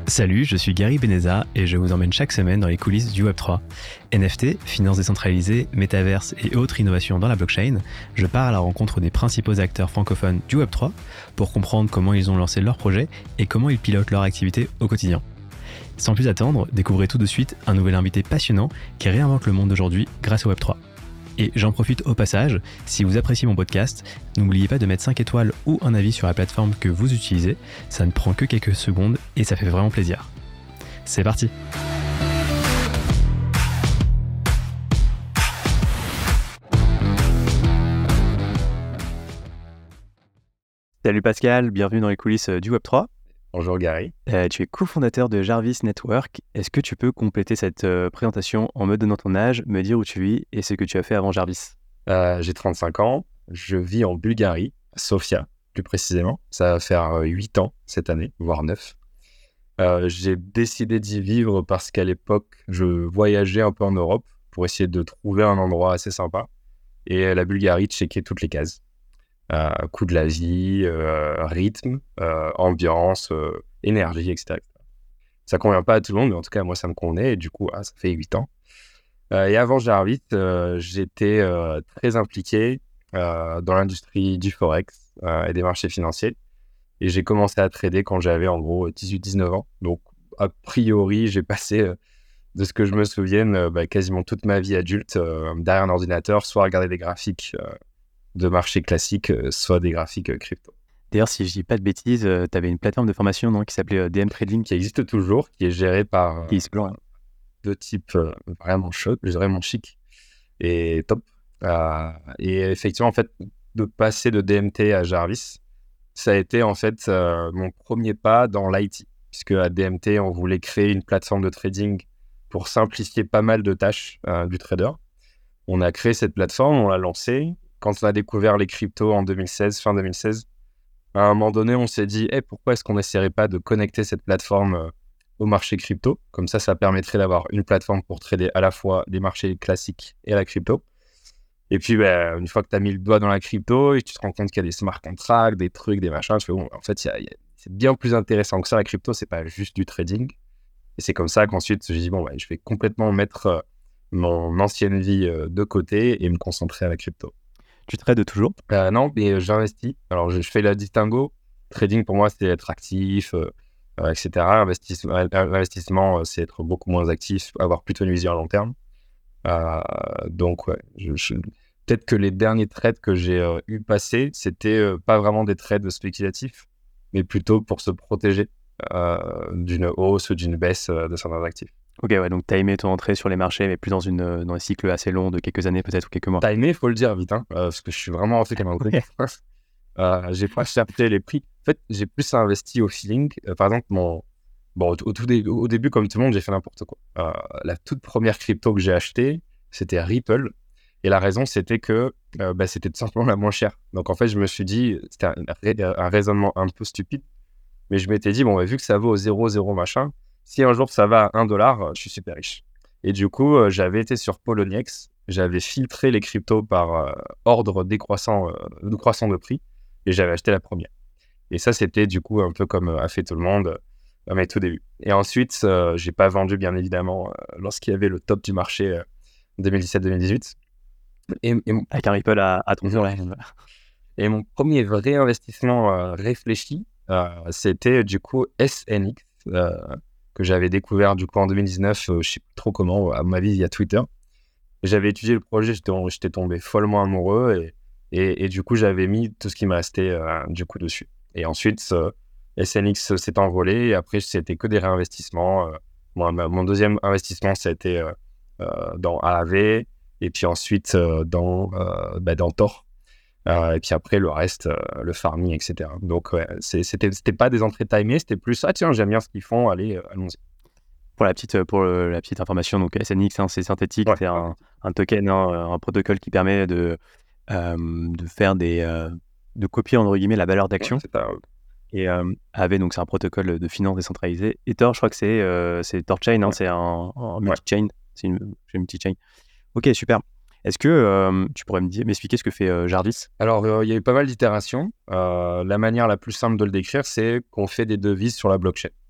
Salut, je suis Gary Beneza et je vous emmène chaque semaine dans les coulisses du Web3. NFT, finances décentralisées, métaverse et autres innovations dans la blockchain, je pars à la rencontre des principaux acteurs francophones du Web3 pour comprendre comment ils ont lancé leurs projets et comment ils pilotent leur activité au quotidien. Sans plus attendre, découvrez tout de suite un nouvel invité passionnant qui réinvente le monde d'aujourd'hui grâce au Web3. Et j'en profite au passage, si vous appréciez mon podcast, n'oubliez pas de mettre 5 étoiles ou un avis sur la plateforme que vous utilisez, ça ne prend que quelques secondes et ça fait vraiment plaisir. C'est parti! Salut Pascal, bienvenue dans les coulisses du Web3. Bonjour Gary. Tu es cofondateur de Jarvis Network. Est-ce que tu peux compléter cette présentation en me donnant ton âge, me dire où tu vis et ce que tu as fait avant Jarvis? J'ai 35 ans, je vis en Bulgarie, à Sofia plus précisément. Ça va faire 8 ans cette année, voire 9. J'ai décidé d'y vivre parce qu'à l'époque, je voyageais un peu en Europe pour essayer de trouver un endroit assez sympa. Et la Bulgarie checkait toutes les cases. Coût de la vie, rythme, ambiance, énergie, etc. Ça ne convient pas à tout le monde, mais en tout cas, moi, ça me convenait. Et du coup, ça fait 8 ans. Et avant Jarvis, j'étais très impliqué dans l'industrie du Forex et des marchés financiers. Et j'ai commencé à trader quand j'avais en gros 18-19 ans. Donc, a priori, j'ai passé, de ce que je me souvienne, quasiment toute ma vie adulte derrière un ordinateur, soit à regarder des graphiques de marché classique, soit des graphiques crypto. D'ailleurs, si je dis pas de bêtises, tu avais une plateforme de formation qui s'appelait DM Trading. Qui existe toujours, qui est gérée par Explore. deux types vraiment chauds, vraiment chic et top. Et effectivement, en fait, de passer de DMT à Jarvis, ça a été en fait mon premier pas dans l'IT. Puisque à DMT, on voulait créer une plateforme de trading pour simplifier pas mal de tâches du trader. On a créé cette plateforme, on l'a lancée. Quand on a découvert les cryptos en 2016, fin 2016, à un moment donné, on s'est dit pourquoi est-ce qu'on n'essaierait pas de connecter cette plateforme au marché crypto? Comme ça permettrait d'avoir une plateforme pour trader à la fois les marchés classiques et la crypto. Et puis, une fois que tu as mis le doigt dans la crypto et tu te rends compte qu'il y a des smart contracts, des trucs, des machins, tu fais en fait, c'est bien plus intéressant que ça. La crypto, c'est pas juste du trading. Et c'est comme ça qu'ensuite, j'ai dit, je vais complètement mettre mon ancienne vie de côté et me concentrer à la crypto. Tu trades toujours? Non, mais j'investis. Alors, je fais la distinguo. Trading, pour moi, c'est être actif, etc. Investissement, c'est être beaucoup moins actif, avoir plutôt une vision à long terme. Donc, ouais, peut-être que les derniers trades que j'ai eu passés, c'était pas vraiment des trades spéculatifs, mais plutôt pour se protéger d'une hausse ou d'une baisse de certains actifs. Ok, ouais, donc tu as aimé ton entrée sur les marchés, mais plus dans un cycle assez long de quelques années peut-être ou quelques mois. T'as aimé, il faut le dire vite, parce que je suis vraiment rentré comme un truc. J'ai pas cherché les prix. En fait, j'ai plus investi au feeling. Par exemple, au début, comme tout le monde, j'ai fait n'importe quoi. La toute première crypto que j'ai achetée, c'était Ripple. Et la raison, c'était que c'était tout simplement la moins chère. Donc, en fait, je me suis dit, c'était un raisonnement un peu stupide, mais je m'étais dit, vu que ça vaut 0,0 machin, si un jour ça va à $1, je suis super riche. Et du coup, j'avais été sur Poloniex, j'avais filtré les cryptos par ordre décroissant de prix, et j'avais acheté la première. Et ça, c'était du coup un peu comme a fait tout le monde à mes tout débuts. Et ensuite, j'ai pas vendu, bien évidemment, lorsqu'il y avait le top du marché 2017-2018. Avec un Ripple à 30 jours. Et mon premier vrai investissement réfléchi, c'était du coup SNX, que j'avais découvert du coup en 2019, je sais plus trop comment, à ma vie via Twitter. Et j'avais étudié le projet, j'étais tombé follement amoureux et du coup j'avais mis tout ce qui me restait du coup dessus. Et ensuite SNX s'est envolé et après c'était que des réinvestissements. Mon deuxième investissement ça a été dans AAV et puis ensuite dans Tor. Et puis après, le reste, le farming, etc. Donc, ouais, c'était pas des entrées timées, c'était plus « tiens, j'aime bien ce qu'ils font, allez, allons-y ». Pour la petite information, donc SNX, c'est synthétique, c'est un token, un protocole qui permet de faire de copier, entre guillemets, la valeur d'action. Et AV, donc c'est un protocole de finance décentralisé. Et Tor, je crois que c'est Torchain, c'est un multi-chain. C'est une multi-chain. Ok, super. Est-ce que tu pourrais m'expliquer ce que fait Jarvis? Alors, il y a eu pas mal d'itérations. La manière la plus simple de le décrire, c'est qu'on fait des devises sur la blockchain.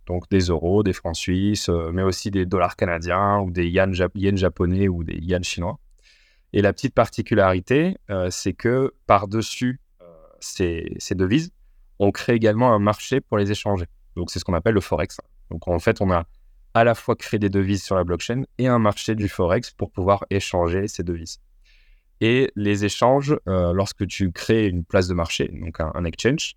Donc des euros, des francs suisses, mais aussi des dollars canadiens ou des yens japonais ou des yens chinois. Et la petite particularité, c'est que par-dessus ces devises, on crée également un marché pour les échanger. Donc c'est ce qu'on appelle le Forex. Donc en fait, on a à la fois créé des devises sur la blockchain et un marché du Forex pour pouvoir échanger ces devises. Et les échanges, lorsque tu crées une place de marché, donc un exchange,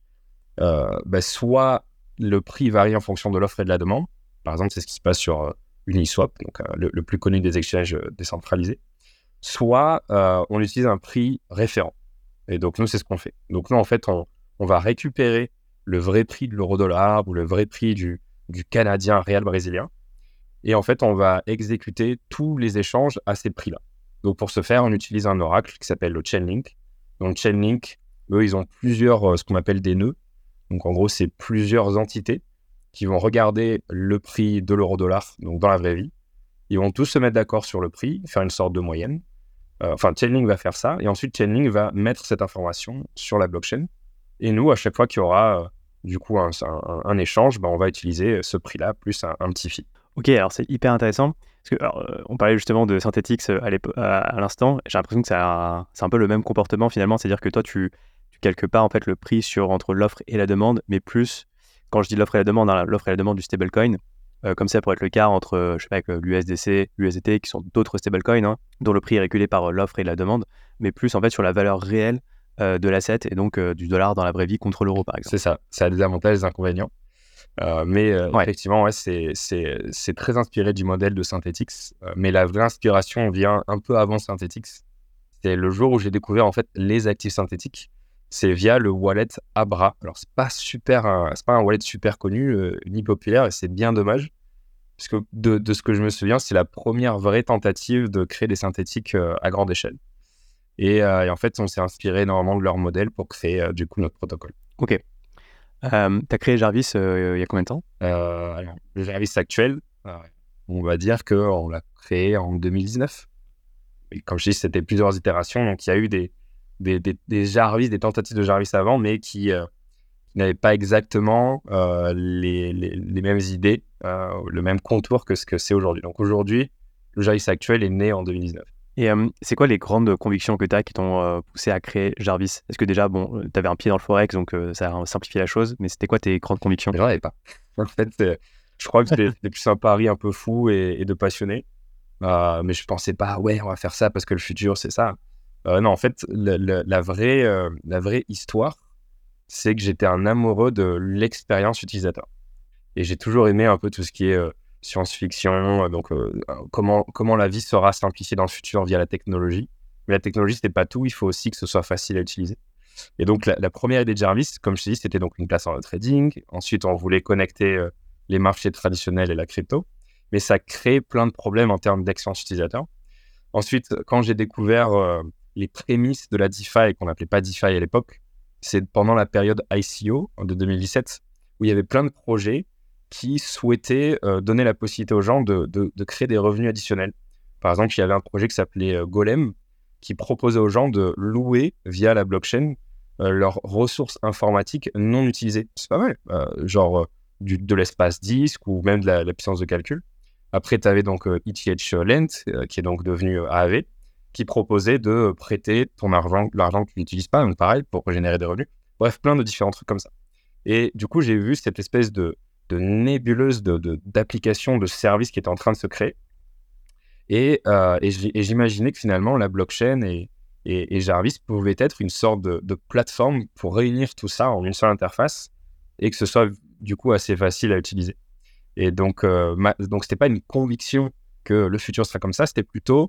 soit le prix varie en fonction de l'offre et de la demande. Par exemple, c'est ce qui se passe sur Uniswap, donc le plus connu des exchanges décentralisés. Soit on utilise un prix référent. Et donc, nous, c'est ce qu'on fait. Donc, nous, en fait, on va récupérer le vrai prix de l'euro-dollar ou le vrai prix du canadien réal brésilien. Et en fait, on va exécuter tous les échanges à ces prix-là. Donc, pour ce faire, on utilise un oracle qui s'appelle le Chainlink. Donc, Chainlink, eux, ils ont plusieurs, ce qu'on appelle des nœuds. Donc, en gros, c'est plusieurs entités qui vont regarder le prix de l'euro-dollar, donc dans la vraie vie. Ils vont tous se mettre d'accord sur le prix, faire une sorte de moyenne. Chainlink va faire ça, et ensuite Chainlink va mettre cette information sur la blockchain. Et nous, à chaque fois qu'il y aura du coup un échange, on va utiliser ce prix-là plus un petit fee. Ok, alors c'est hyper intéressant. Parce que, on parlait justement de Synthetix à l'instant. J'ai l'impression que c'est un peu le même comportement finalement. C'est-à-dire que toi, tu calcules pas en fait le prix entre l'offre et la demande, mais plus, quand je dis l'offre et la demande, l'offre et la demande du stablecoin. Comme ça pourrait être le cas entre je sais pas, avec l'USDC, l'USDT, qui sont d'autres stablecoins, dont le prix est régulé par l'offre et la demande, mais plus en fait sur la valeur réelle de l'asset et donc du dollar dans la vraie vie contre l'euro, par exemple. C'est ça, ça a des avantages et des inconvénients. Effectivement, c'est très inspiré du modèle de Synthetix, mais la vraie inspiration vient un peu avant Synthetix. C'est le jour où j'ai découvert en fait les actifs synthétiques. C'est via le wallet Abra. Alors c'est pas un wallet super connu ni populaire, et c'est bien dommage, parce que de ce que je me souviens, c'est la première vraie tentative de créer des synthétiques à grande échelle. Et en fait, on s'est inspiré énormément de leur modèle pour créer du coup notre protocole. Ok. T'as créé Jarvis il y a combien de temps? Alors, le Jarvis actuel, on va dire qu'on l'a créé en 2019. Et comme je dis, c'était plusieurs itérations, donc il y a eu des Jarvis, des tentatives de Jarvis avant, mais qui n'avaient pas exactement les mêmes idées, le même contour que ce que c'est aujourd'hui. Donc aujourd'hui, le Jarvis actuel est né en 2019. Et c'est quoi les grandes convictions que tu as qui t'ont poussé à créer Jarvis? Est-ce que déjà, tu avais un pied dans le Forex, donc ça a simplifié la chose, mais c'était quoi tes grandes convictions? J'en avais pas. En fait, je crois que c'était plus un pari un peu fou et de passionné. Mais je pensais pas, ouais, on va faire ça parce que le futur, c'est ça. Non, en fait, la vraie histoire, c'est que j'étais un amoureux de l'expérience utilisateur. Et j'ai toujours aimé un peu tout ce qui est science-fiction, donc comment la vie sera simplifiée dans le futur via la technologie. Mais la technologie, c'était pas tout, il faut aussi que ce soit facile à utiliser. Et donc, la première idée de Jarvis, comme je te dis, c'était donc une plateforme de trading. Ensuite, on voulait connecter les marchés traditionnels et la crypto. Mais ça crée plein de problèmes en termes d'expérience utilisateur. Ensuite, quand j'ai découvert les prémices de la DeFi, qu'on n'appelait pas DeFi à l'époque, c'est pendant la période ICO de 2017, où il y avait plein de projets qui souhaitaient donner la possibilité aux gens de créer des revenus additionnels. Par exemple, il y avait un projet qui s'appelait Golem, qui proposait aux gens de louer via la blockchain leurs ressources informatiques non utilisées. C'est pas mal, de l'espace disque ou même de la puissance de calcul. Après, tu avais donc ETH Lent, qui est donc devenu AAV, qui proposait de prêter l'argent que tu n'utilises pas, donc pareil, pour générer des revenus. Bref, plein de différents trucs comme ça. Et du coup, j'ai vu cette espèce de nébuleuse d'applications, de services qui était en train de se créer. Et j'imaginais que finalement, la blockchain et Jarvis pouvaient être une sorte de plateforme pour réunir tout ça en une seule interface et que ce soit du coup assez facile à utiliser. Et donc c'était pas une conviction que le futur sera comme ça, c'était plutôt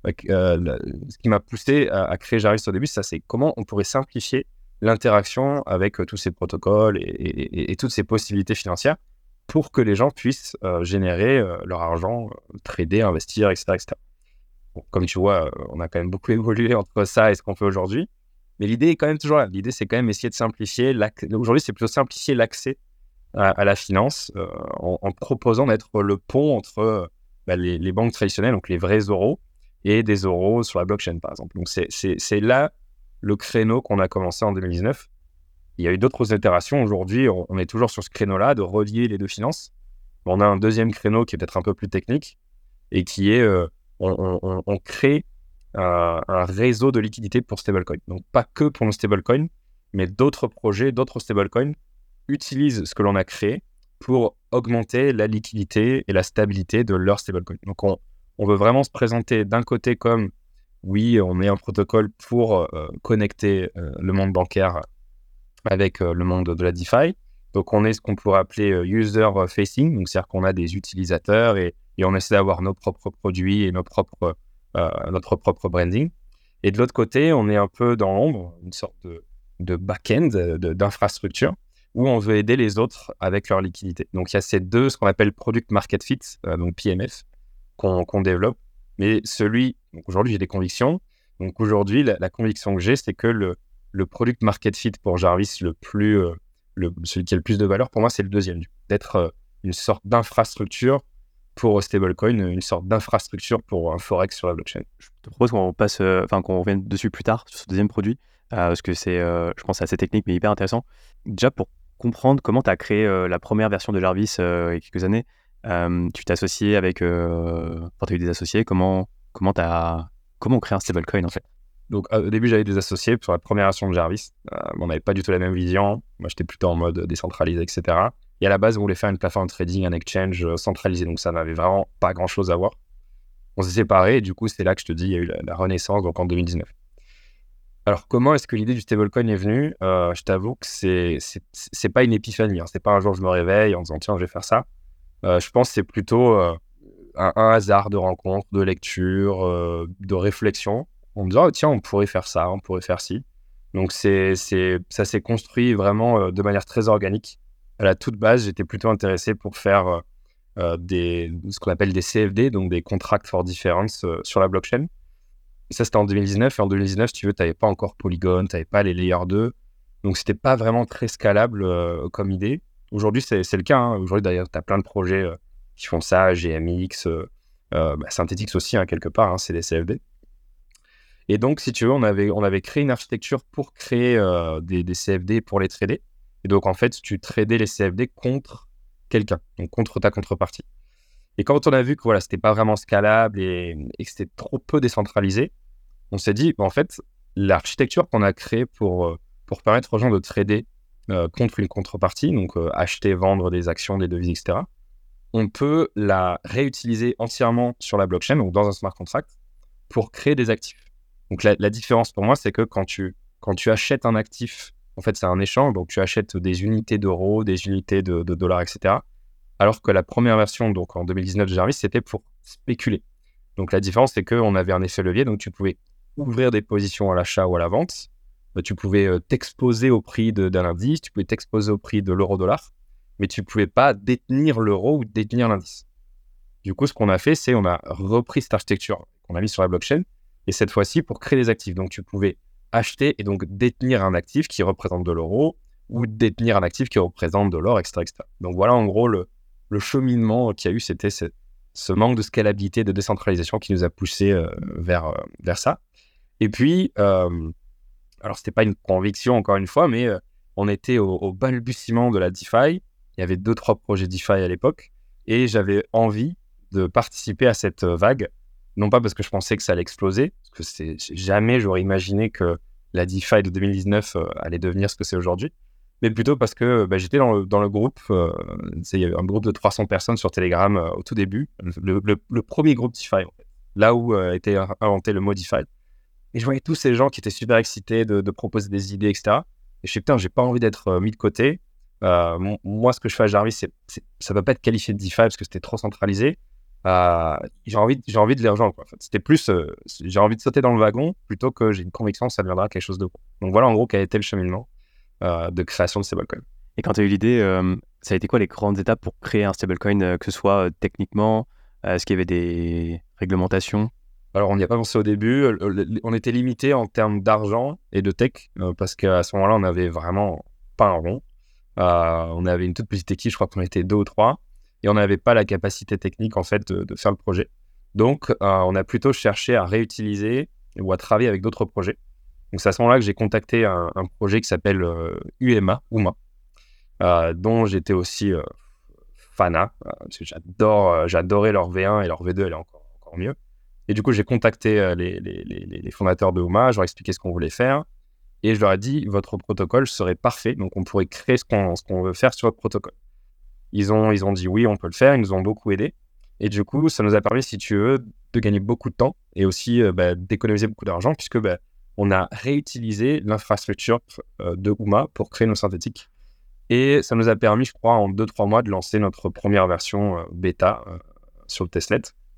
ce qui m'a poussé à créer Jarvis au début, ça c'est comment on pourrait simplifier l'interaction avec tous ces protocoles et toutes ces possibilités financières pour que les gens puissent générer leur argent, trader, investir, etc. etc. Bon, comme tu vois, on a quand même beaucoup évolué entre ça et ce qu'on fait aujourd'hui. Mais l'idée est quand même toujours là. L'idée, c'est quand même essayer de simplifier. Aujourd'hui, c'est plutôt simplifier l'accès à la finance en proposant d'être le pont entre les banques traditionnelles, donc les vrais euros, et des euros sur la blockchain, par exemple. Donc, c'est là le créneau qu'on a commencé en 2019. Il y a eu d'autres itérations. Aujourd'hui, on est toujours sur ce créneau-là de relier les deux finances. On a un deuxième créneau qui est peut-être un peu plus technique et qui est on crée un réseau de liquidité pour stablecoin. Donc, pas que pour nos stablecoins, mais d'autres projets, d'autres stablecoins utilisent ce que l'on a créé pour augmenter la liquidité et la stabilité de leur stablecoin. Donc, on veut vraiment se présenter d'un côté comme, oui, on est un protocole pour connecter le monde bancaire avec le monde de la DeFi. Donc, on est ce qu'on pourrait appeler user-facing, donc c'est-à-dire qu'on a des utilisateurs et on essaie d'avoir nos propres produits et notre propre branding. Et de l'autre côté, on est un peu dans l'ombre, une sorte de back-end, d'infrastructure, où on veut aider les autres avec leur liquidité. Donc, il y a ces deux, ce qu'on appelle Product Market Fit, donc PMF, qu'on développe. Mais donc aujourd'hui, j'ai des convictions. Donc aujourd'hui, la conviction que j'ai, c'est que le Product Market Fit pour Jarvis, celui qui a le plus de valeur, pour moi, c'est le deuxième, d'être une sorte d'infrastructure pour stablecoin, une sorte d'infrastructure pour un forex sur la blockchain. Je te propose qu'on revienne dessus plus tard sur ce deuxième produit, parce que c'est, je pense, assez technique mais hyper intéressant. Déjà pour comprendre comment tu as créé la première version de Jarvis il y a quelques années, tu t'es associé avec, tu as eu des associés, comment on crée un stablecoin en fait? Donc au début, j'avais des associés sur la première version de Jarvis. On n'avait pas du tout la même vision. Moi, j'étais plutôt en mode décentralisé, etc. Et à la base, on voulait faire une plateforme de trading, un exchange centralisé. Donc ça n'avait vraiment pas grand-chose à voir. On s'est séparés et du coup, c'est là que je te dis, il y a eu la renaissance, donc en 2019. Alors, comment est-ce que l'idée du stablecoin est venue? Je t'avoue que c'est pas une épiphanie. Hein. C'est pas un jour je me réveille en disant tiens, je vais faire ça. Je pense que c'est plutôt un hasard de rencontre, de lecture, de réflexion. On me dit, oh, tiens, on pourrait faire ça, on pourrait faire ci. Donc, ça s'est construit vraiment de manière très organique. À la toute base, j'étais plutôt intéressé pour faire ce qu'on appelle des CFD, donc des Contract for Difference sur la blockchain. Et ça, c'était en 2019. Et en 2019, si tu veux, tu n'avais pas encore Polygon, tu n'avais pas les Layer 2. Donc, c'était pas vraiment très scalable comme idée. Aujourd'hui, c'est le cas. Hein. Aujourd'hui, d'ailleurs, tu as plein de projets qui font ça, GMX, Synthetix aussi, hein, quelque part, hein, c'est des CFD. Et donc, si tu veux, on avait créé une architecture pour créer des CFD pour les trader. Et donc, en fait, tu tradais les CFD contre quelqu'un, donc contre ta contrepartie. Et quand on a vu que voilà, c'était pas vraiment scalable et que c'était trop peu décentralisé, on s'est dit, en fait, l'architecture qu'on a créée pour permettre aux gens de trader contre une contrepartie, donc acheter, vendre des actions, des devises, etc., on peut la réutiliser entièrement sur la blockchain, donc dans un smart contract, pour créer des actifs. Donc la différence pour moi, c'est que quand tu achètes un actif, en fait, c'est un échange, donc tu achètes des unités d'euros, des unités de dollars, etc., alors que la première version, donc en 2019 de Jarvis, c'était pour spéculer. Donc la différence, c'est qu'on avait un effet levier, donc tu pouvais ouvrir des positions à l'achat ou à la vente, tu pouvais t'exposer au prix d'un indice, tu pouvais t'exposer au prix de l'euro-dollar, mais tu ne pouvais pas détenir l'euro ou détenir l'indice. Du coup, ce qu'on a fait, c'est on a repris cette architecture qu'on a mise sur la blockchain, et cette fois-ci pour créer des actifs. Donc, tu pouvais acheter et donc détenir un actif qui représente de l'euro ou détenir un actif qui représente de l'or, etc., etc. Donc, voilà en gros le cheminement qu'il y a eu, c'était ce manque de scalabilité, de décentralisation qui nous a poussé vers ça. Et puis, alors, c'était pas une conviction, encore une fois, mais on était au balbutiement de la DeFi. Il y avait 2-3 projets DeFi à l'époque et j'avais envie de participer à cette vague. Non pas parce que je pensais que ça allait exploser, parce que jamais j'aurais imaginé que la DeFi de 2019 allait devenir ce que c'est aujourd'hui, mais plutôt parce que j'étais dans le groupe, il y avait un groupe de 300 personnes sur Telegram au tout début, le premier groupe DeFi, en fait, là où était inventé le mot DeFi. Et je voyais tous ces gens qui étaient super excités de proposer des idées, etc. Et je suis putain, j'ai pas envie d'être mis de côté. Moi, ce que je fais à Jarvis, ça ne peut pas être qualifié de DeFi parce que c'était trop centralisé. J'ai envie de les rejoindre, quoi. En fait, c'était plus, j'ai envie de sauter dans le wagon plutôt que j'ai une conviction que ça deviendra quelque chose de bon. Donc voilà, en gros, quel a été le cheminement de création de stablecoin. Et quand tu as eu l'idée, ça a été quoi les grandes étapes pour créer un stablecoin, que ce soit techniquement, est-ce qu'il y avait des réglementations? Alors, on n'y a pas pensé au début. On était limité en termes d'argent et de tech parce qu'à ce moment-là, on n'avait vraiment pas un rond. On avait une toute petite équipe, je crois qu'on était 2 ou 3, et on n'avait pas la capacité technique en fait de faire le projet. Donc, on a plutôt cherché à réutiliser ou à travailler avec d'autres projets. Donc, c'est à ce moment-là que j'ai contacté un projet qui s'appelle UMA, dont j'étais aussi fanat, parce que j'adorais leur V1 et leur V2, elle est encore mieux. Et du coup, j'ai contacté les fondateurs de Uma, je leur ai expliqué ce qu'on voulait faire, et je leur ai dit, votre protocole serait parfait, donc on pourrait créer ce qu'on veut faire sur votre protocole. Ils ont dit oui, on peut le faire, ils nous ont beaucoup aidés. Et du coup, ça nous a permis, si tu veux, de gagner beaucoup de temps et aussi d'économiser beaucoup d'argent, puisque on a réutilisé l'infrastructure de Uma pour créer nos synthétiques. Et ça nous a permis, je crois, en 2-3 mois, de lancer notre première version bêta sur le testnet.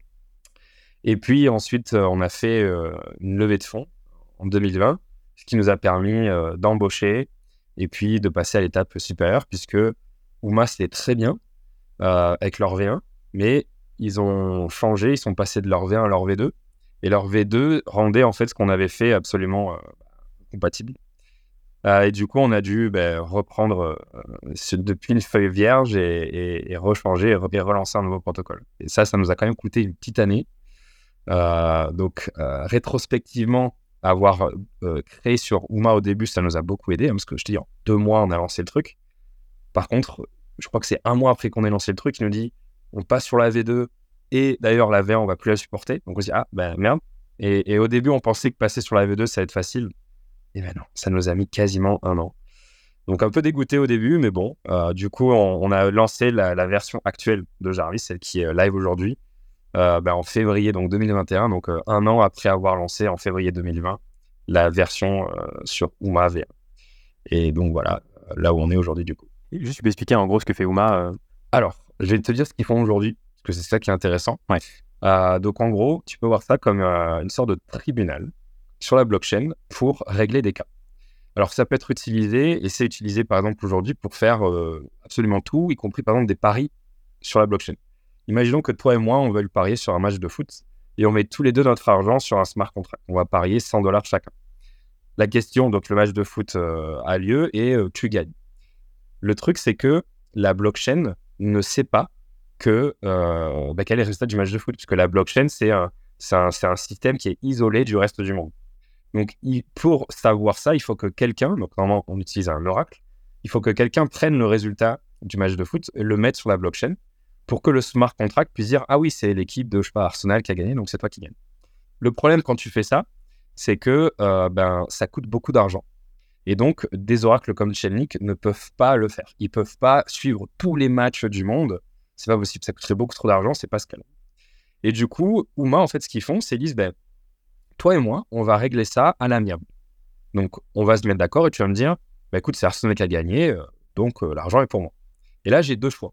Et puis ensuite, on a fait une levée de fonds en 2020, ce qui nous a permis d'embaucher et puis de passer à l'étape supérieure, puisque Uma, c'était très bien avec leur V1, mais ils ont changé, ils sont passés de leur V1 à leur V2, et leur V2 rendait en fait ce qu'on avait fait absolument compatible. Et du coup, on a dû reprendre depuis une feuille vierge et rechanger et relancer un nouveau protocole. Et ça nous a quand même coûté une petite année. Donc, rétrospectivement, avoir créé sur Uma au début, ça nous a beaucoup aidé, parce que je te dis, en 2 mois, on a lancé le truc. Par contre, je crois que c'est 1 mois après qu'on ait lancé le truc, il nous dit, on passe sur la V2, et d'ailleurs, la V1, on va plus la supporter. Donc, on se dit, merde. Et au début, on pensait que passer sur la V2, ça allait être facile. Et non, ça nous a mis quasiment 1 an. Donc, un peu dégoûté au début, mais bon. Du coup, on a lancé la version actuelle de Jarvis, celle qui est live aujourd'hui, en février donc 2021, donc 1 an après avoir lancé en février 2020 la version sur Uma V1. Et donc voilà, là où on est aujourd'hui du coup. Juste, tu peux expliquer en gros ce que fait Uma Alors, je vais te dire ce qu'ils font aujourd'hui, parce que c'est ça qui est intéressant. Ouais. Donc en gros, tu peux voir ça comme une sorte de tribunal sur la blockchain pour régler des cas. Alors ça peut être utilisé, et c'est utilisé par exemple aujourd'hui pour faire absolument tout, y compris par exemple des paris sur la blockchain. Imaginons que toi et moi, on veuille parier sur un match de foot et on met tous les deux notre argent sur un smart contract. On va parier $100 chacun. La question, donc le match de foot a lieu et tu gagnes. Le truc, c'est que la blockchain ne sait pas quel est le résultat du match de foot, puisque la blockchain, c'est un système qui est isolé du reste du monde. Donc, pour savoir ça, il faut que quelqu'un, donc normalement on utilise un oracle, il faut que quelqu'un prenne le résultat du match de foot et le mette sur la blockchain pour que le smart contract puisse dire « Ah oui, c'est l'équipe de, Arsenal qui a gagné, donc c'est toi qui gagne. » Le problème quand tu fais ça, c'est que ça coûte beaucoup d'argent. Et donc, des oracles comme Chainlink ne peuvent pas le faire. Ils ne peuvent pas suivre tous les matchs du monde. C'est pas possible, ça coûterait beaucoup trop d'argent, c'est pas scalable. Et du coup, Uma, en fait, ce qu'ils font, c'est qu'ils disent toi et moi, on va régler ça à l'amiable. Donc, on va se mettre d'accord et tu vas me dire écoute, c'est Arsenal qui a gagné, donc l'argent est pour moi. Et là, j'ai 2 choix.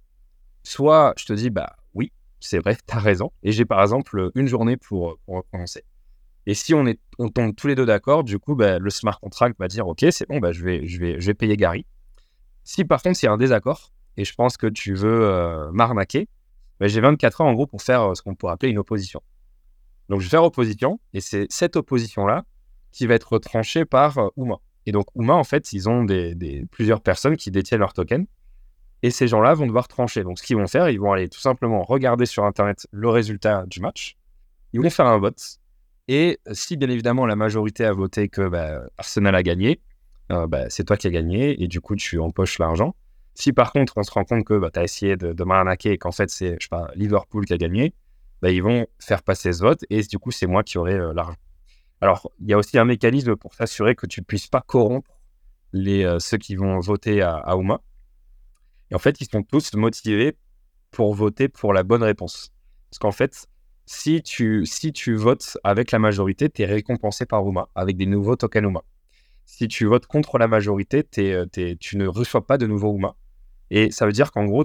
Soit je te dis oui, c'est vrai, tu as raison, et j'ai par exemple 1 journée pour recommencer. Et si on tombe tous les deux d'accord, du coup, le smart contract va dire ok, c'est bon, je vais payer Gary. Si par contre, il y a un désaccord, et je pense que tu veux m'arnaquer, j'ai 24 heures en gros pour faire ce qu'on pourrait appeler une opposition. Donc, je vais faire opposition, et c'est cette opposition-là qui va être tranchée par Uma. Et donc, Uma, en fait, ils ont plusieurs personnes qui détiennent leur token, et ces gens-là vont devoir trancher. Donc, ce qu'ils vont faire, ils vont aller tout simplement regarder sur Internet le résultat du match, ils vont faire un vote, et si, bien évidemment, la majorité a voté que Arsenal a gagné, c'est toi qui as gagné, et du coup, tu empoches l'argent. Si, par contre, on se rend compte que tu as essayé de m'arnaquer et qu'en fait, c'est, Liverpool qui a gagné, ils vont faire passer ce vote, et du coup, c'est moi qui aurai l'argent. Alors, il y a aussi un mécanisme pour s'assurer que tu ne puisses pas corrompre ceux qui vont voter à Uma. Et en fait, ils sont tous motivés pour voter pour la bonne réponse. Parce qu'en fait, si tu votes avec la majorité, tu es récompensé par Uma, avec des nouveaux tokens Uma. Si tu votes contre la majorité, tu ne reçois pas de nouveaux Uma. Et ça veut dire qu'en gros,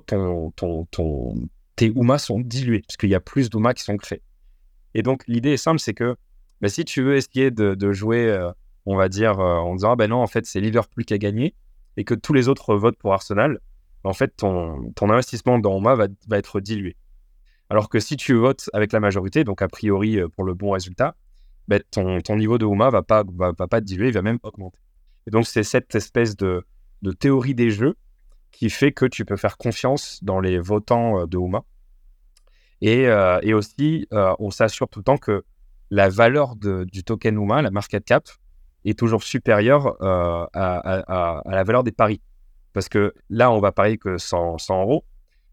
tes Uma sont dilués, parce qu'il y a plus d'Uma qui sont créés. Et donc, l'idée est simple, c'est que si tu veux essayer de jouer, on va dire, en disant « non, en fait, c'est Liverpool qui a gagné », et que tous les autres votent pour Arsenal, en fait, ton investissement dans Uma va être dilué. Alors que si tu votes avec la majorité, donc a priori pour le bon résultat, ton niveau de Uma va pas être dilué, il va même augmenter. Et donc, c'est cette espèce de théorie des jeux qui fait que tu peux faire confiance dans les votants de Uma. Et aussi, on s'assure tout le temps que la valeur du token Uma, la market cap, est toujours supérieure à la valeur des paris. Parce que là, on va parier que 100 euros.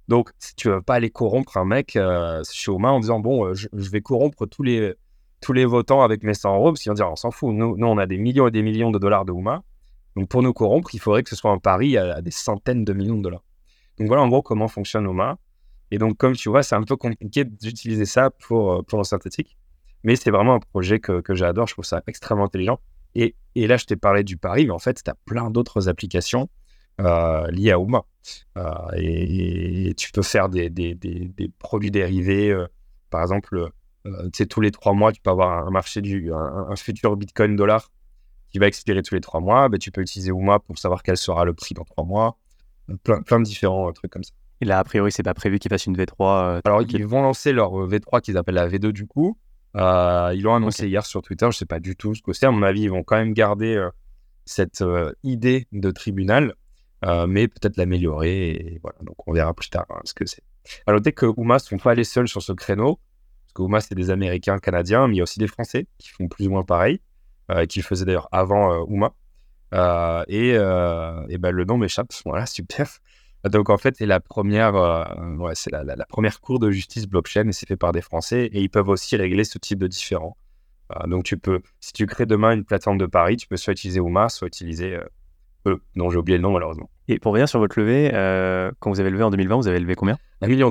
Donc, si tu ne veux pas aller corrompre un mec chez Uma en disant, bon, je vais corrompre tous les votants avec mes 100 euros, parce qu'ils vont dire, on s'en fout, nous, on a des millions et des millions de dollars de Uma. Donc, pour nous corrompre, il faudrait que ce soit un pari à des centaines de millions de dollars. Donc, voilà en gros comment fonctionne Uma. Et donc, comme tu vois, c'est un peu compliqué d'utiliser ça pour le synthétique. Mais c'est vraiment un projet que j'adore. Je trouve ça extrêmement intelligent. Et là, je t'ai parlé du pari, mais en fait, tu as plein d'autres applications liées à Uma. Et tu peux faire des produits dérivés. Par exemple, tu sais, tous les 3 mois, tu peux avoir un marché un futur Bitcoin dollar qui va expirer tous les 3 mois. Ben, tu peux utiliser Uma pour savoir quel sera le prix dans 3 mois. Plein de différents trucs comme ça. Et là, a priori, c'est pas prévu qu'ils fassent une V3. Alors, ils vont lancer leur V3 qu'ils appellent la V2 du coup. Ils l'ont annoncé hier sur Twitter. Je sais pas du tout ce que c'est. À mon avis, ils vont quand même garder cette idée de tribunal, mais peut-être l'améliorer. Et voilà, donc on verra plus tard ce que c'est. Alors, noter que Uma ne sont pas les seuls sur ce créneau, parce que Uma, c'est des Américains, Canadiens, mais il y a aussi des Français qui font plus ou moins pareil, qui le faisaient d'ailleurs avant Uma. Et ben, le nom m'échappe. Voilà, super. Donc, en fait, c'est la première, c'est la première cour de justice blockchain et c'est fait par des Français. Et ils peuvent aussi régler ce type de différends. Donc, si tu crées demain une plateforme de paris, tu peux soit utiliser Uma, soit utiliser eux, dont j'ai oublié le nom malheureusement. Et pour revenir sur votre levée, quand vous avez levé en 2020, vous avez levé combien ? 1,3 million.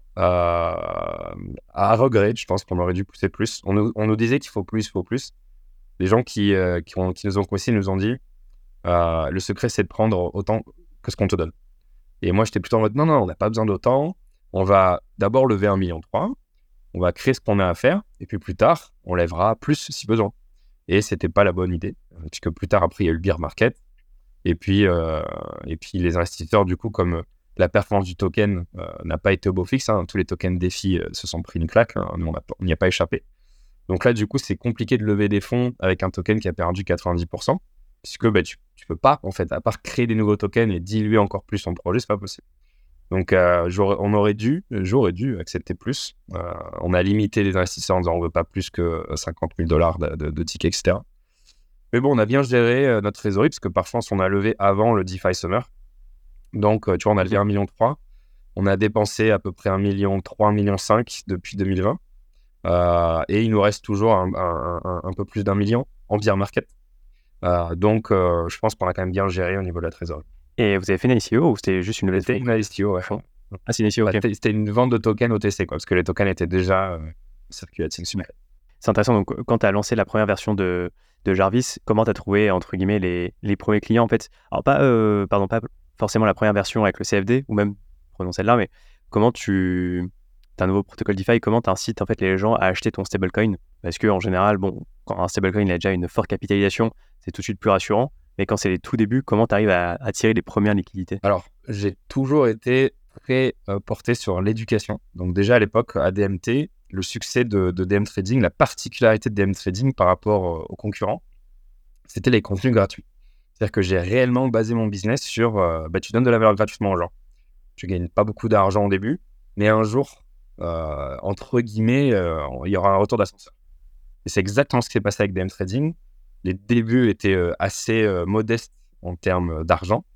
À regret, je pense qu'on aurait dû pousser plus. On nous disait qu'il faut plus. Les gens qui nous ont conseillé nous ont dit le secret, c'est de prendre autant que ce qu'on te donne. Et moi, j'étais plutôt en mode non, on n'a pas besoin d'autant. On va d'abord lever 1,3 million. On va créer ce qu'on a à faire. Et puis plus tard, on lèvera plus si besoin. Et c'était pas la bonne idée. Puisque plus tard, après, il y a eu le bear market. Et puis les investisseurs, du coup, comme la performance du token n'a pas été au beau fixe, tous les tokens DeFi se sont pris une claque. Nous, on n'y a pas échappé. Donc là, du coup, c'est compliqué de lever des fonds avec un token qui a perdu 90%. Puisque tu peux pas, en fait, à part créer des nouveaux tokens et diluer encore plus ton projet, c'est pas possible. Donc, j'aurais dû accepter plus. On a limité les investisseurs en disant on veut pas plus que 50 000 dollars de tickets, etc. Mais bon, on a bien géré notre trésorerie, parce que par chance, on a levé avant le DeFi Summer. Donc, tu vois, on a levé 1,3 million. On a dépensé à peu près 1,3 million, 1,5 million depuis 2020. Et il nous reste toujours un peu plus d'1 million en bear market. Donc, je pense qu'on a quand même bien géré au niveau de la trésorerie. Et vous avez fait une ICO ou c'était juste une levée de fonds ? C'était une ICO, ouais. Ah, c'est une ICO, ok. C'était une vente de tokens OTC, quoi, parce que les tokens étaient déjà circulating. Super. C'est intéressant. Donc, quand tu as lancé la première version de Jarvis, comment tu as trouvé, entre guillemets, les premiers clients, en fait ? Alors, pas forcément la première version avec le CFD, ou même, prenons celle-là, mais comment tu as un nouveau protocole DeFi, comment tu incites en fait, les gens à acheter ton stablecoin ? Parce qu'en général, bon, quand un stablecoin il a déjà une forte capitalisation, c'est tout de suite plus rassurant. Mais quand c'est les tout débuts, comment tu arrives à attirer les premières liquidités ? Alors, j'ai toujours été très porté sur l'éducation. Donc déjà, à l'époque, à DMT, le succès de DM Trading, la particularité de DM Trading par rapport aux concurrents, c'était les contenus gratuits. C'est-à-dire que j'ai réellement basé mon business sur tu donnes de la valeur gratuitement aux gens. Tu gagnes pas beaucoup d'argent au début, mais un jour, entre guillemets, il y aura un retour d'ascenseur. Et c'est exactement ce qui s'est passé avec DM Trading. Les débuts étaient assez modestes en termes d'argent,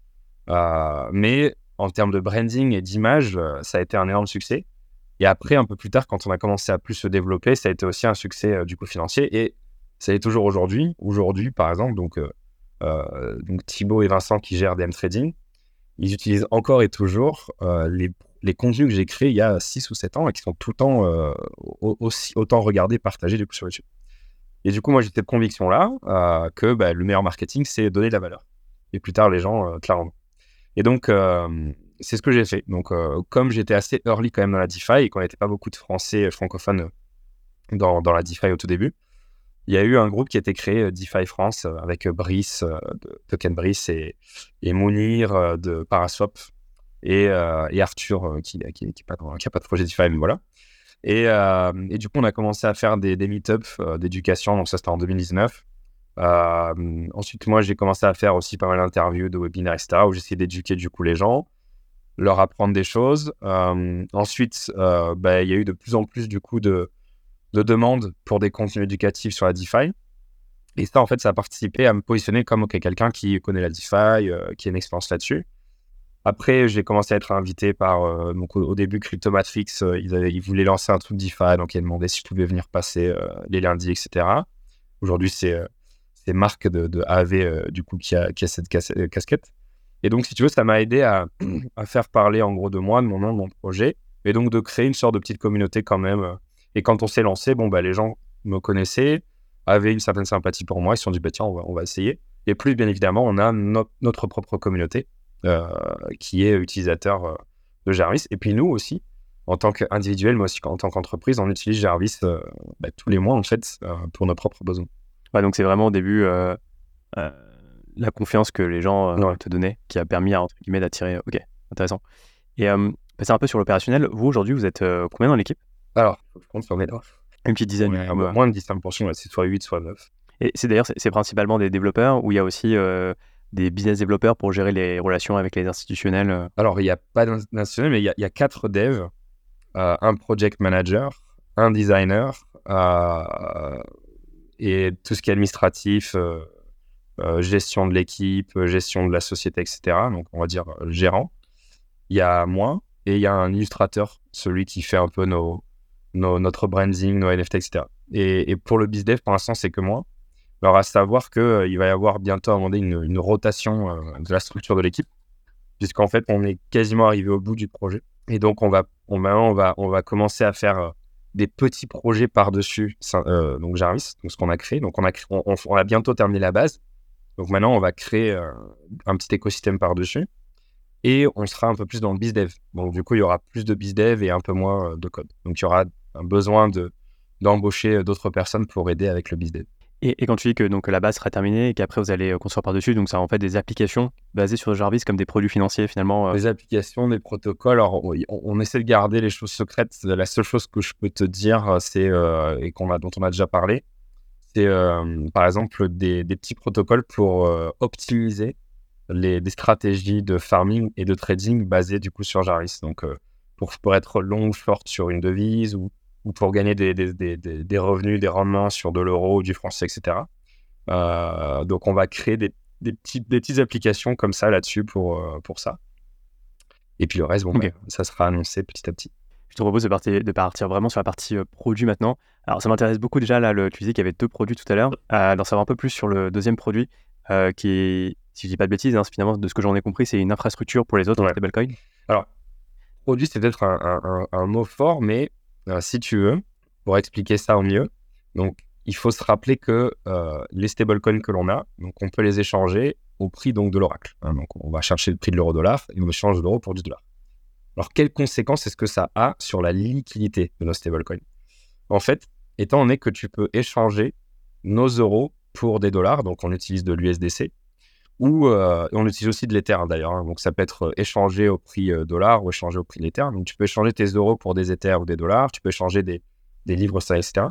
mais en termes de branding et d'image, ça a été un énorme succès. Et après, un peu plus tard, quand on a commencé à plus se développer, ça a été aussi un succès du coup financier. Et ça l'est toujours aujourd'hui. Aujourd'hui, par exemple, donc Thibaut et Vincent qui gèrent DM Trading, ils utilisent encore et toujours les contenus que j'ai créés il y a 6 ou 7 ans et qui sont tout le temps autant regardés, partagés du coup sur YouTube. Et du coup, moi, j'ai cette conviction-là que le meilleur marketing, c'est donner de la valeur. Et plus tard, les gens, clairement. Et donc, c'est ce que j'ai fait. Donc, comme j'étais assez early quand même dans la DeFi et qu'on n'était pas beaucoup de Français francophones dans la DeFi au tout début, il y a eu un groupe qui a été créé, DeFi France, avec Brice, de Token Brice et Mounir de Paraswap et Arthur, qui n'a pas de projet DeFi, mais voilà. Et du coup, on a commencé à faire des meet-ups d'éducation. Donc ça, c'était en 2019. Ensuite, moi, j'ai commencé à faire aussi pas mal d'interviews, de webinaires, etc., où j'essayais d'éduquer du coup les gens, leur apprendre des choses. Ensuite, il y a eu de plus en plus du coup de demandes pour des contenus éducatifs sur la DeFi. Et ça, en fait, ça a participé à me positionner comme quelqu'un qui connaît la DeFi, qui a une expérience là-dessus. Après, j'ai commencé à être invité par, donc au début, Cryptomatrix, ils voulaient lancer un truc DeFi, donc ils demandaient si je pouvais venir passer les lundis, etc. Aujourd'hui, c'est Marc de AV, du coup, qui a cette casquette. Et donc, si tu veux, ça m'a aidé à faire parler, en gros, de moi, de mon nom, de mon projet, et donc de créer une sorte de petite communauté quand même. Et quand on s'est lancé, bon, bah, les gens me connaissaient, avaient une certaine sympathie pour moi, ils se sont dit, bah, tiens, on va essayer. Et plus, bien évidemment, on a notre propre communauté euh, qui est utilisateur de Jarvis. Et puis nous aussi, en tant qu'individuel, mais aussi en tant qu'entreprise, on utilise Jarvis tous les mois, en fait, pour nos propres besoins. Ouais, donc c'est vraiment au début la confiance que les gens Ouais. te donnaient qui a permis, entre guillemets, d'attirer. Ok, intéressant. Et passer un peu sur l'opérationnel, vous aujourd'hui, vous êtes combien dans l'équipe? Alors, faut que je compte sur mes doigts. Une petite dizaine. Ouais, moins de 15%, ouais, c'est soit 8, soit 9. Et c'est d'ailleurs, c'est principalement des développeurs ou il y a aussi des business développeurs pour gérer les relations avec les institutionnels Alors, il n'y a pas d'institutionnel, mais il y a 4 devs, un project manager, un designer, et tout ce qui est administratif, gestion de l'équipe, gestion de la société, etc. Donc, on va dire gérant. Il y a moi et il y a un illustrateur, celui qui fait un peu notre branding, nos NFT, etc. Et pour le BizDev, pour l'instant, c'est que moi. Alors, à savoir qu'il va y avoir bientôt à un moment donné une rotation de la structure de l'équipe, puisqu'en fait, on est quasiment arrivé au bout du projet. Et donc, on va commencer à faire des petits projets par-dessus donc Jarvis, donc ce qu'on a créé. Donc, on a bientôt terminé la base. Donc, maintenant, on va créer un petit écosystème par-dessus. Et on sera un peu plus dans le BizDev. Donc, du coup, il y aura plus de BizDev et un peu moins de code. Donc, il y aura un besoin d'embaucher d'autres personnes pour aider avec le BizDev. Et quand tu dis que donc, la base sera terminée et qu'après vous allez construire par-dessus, donc ça en fait des applications basées sur Jarvis comme des produits financiers finalement. Des applications, des protocoles. Alors, on essaie de garder les choses secrètes. La seule chose que je peux te dire, c'est, et dont on a déjà parlé, c'est par exemple des petits protocoles pour optimiser des stratégies de farming et de trading basées du coup sur Jarvis. Donc, pour être long ou short sur une devise ou pour gagner des revenus, des rendements sur de l'euro, du français, etc. Donc, on va créer des petites applications comme ça là-dessus pour ça. Et puis le reste, ça sera annoncé petit à petit. Je te propose de partir vraiment sur la partie produit maintenant. Alors, ça m'intéresse beaucoup déjà, là, tu disais qu'il y avait 2 produits tout à l'heure, d'en savoir un peu plus sur le deuxième produit qui est, si je dis pas de bêtises, finalement, de ce que j'en ai compris, c'est une infrastructure pour les autres stablecoins. Alors, produit, c'est peut-être un mot fort, mais si tu veux, pour expliquer ça au mieux, donc il faut se rappeler que les stablecoins que l'on a, donc on peut les échanger au prix donc, de l'oracle. Donc, on va chercher le prix de l'euro-dollar et on échange l'euro pour du dollar. Alors, quelles conséquences est-ce que ça a sur la liquidité de nos stablecoins? En fait, étant donné que tu peux échanger nos euros pour des dollars, donc on utilise de l'USDC, ou on utilise aussi de l'Ether d'ailleurs. Donc, ça peut être échangé au prix dollar ou échangé au prix de l'Ether. Donc, tu peux échanger tes euros pour des Ethers ou des dollars. Tu peux échanger des livres sterling, etc.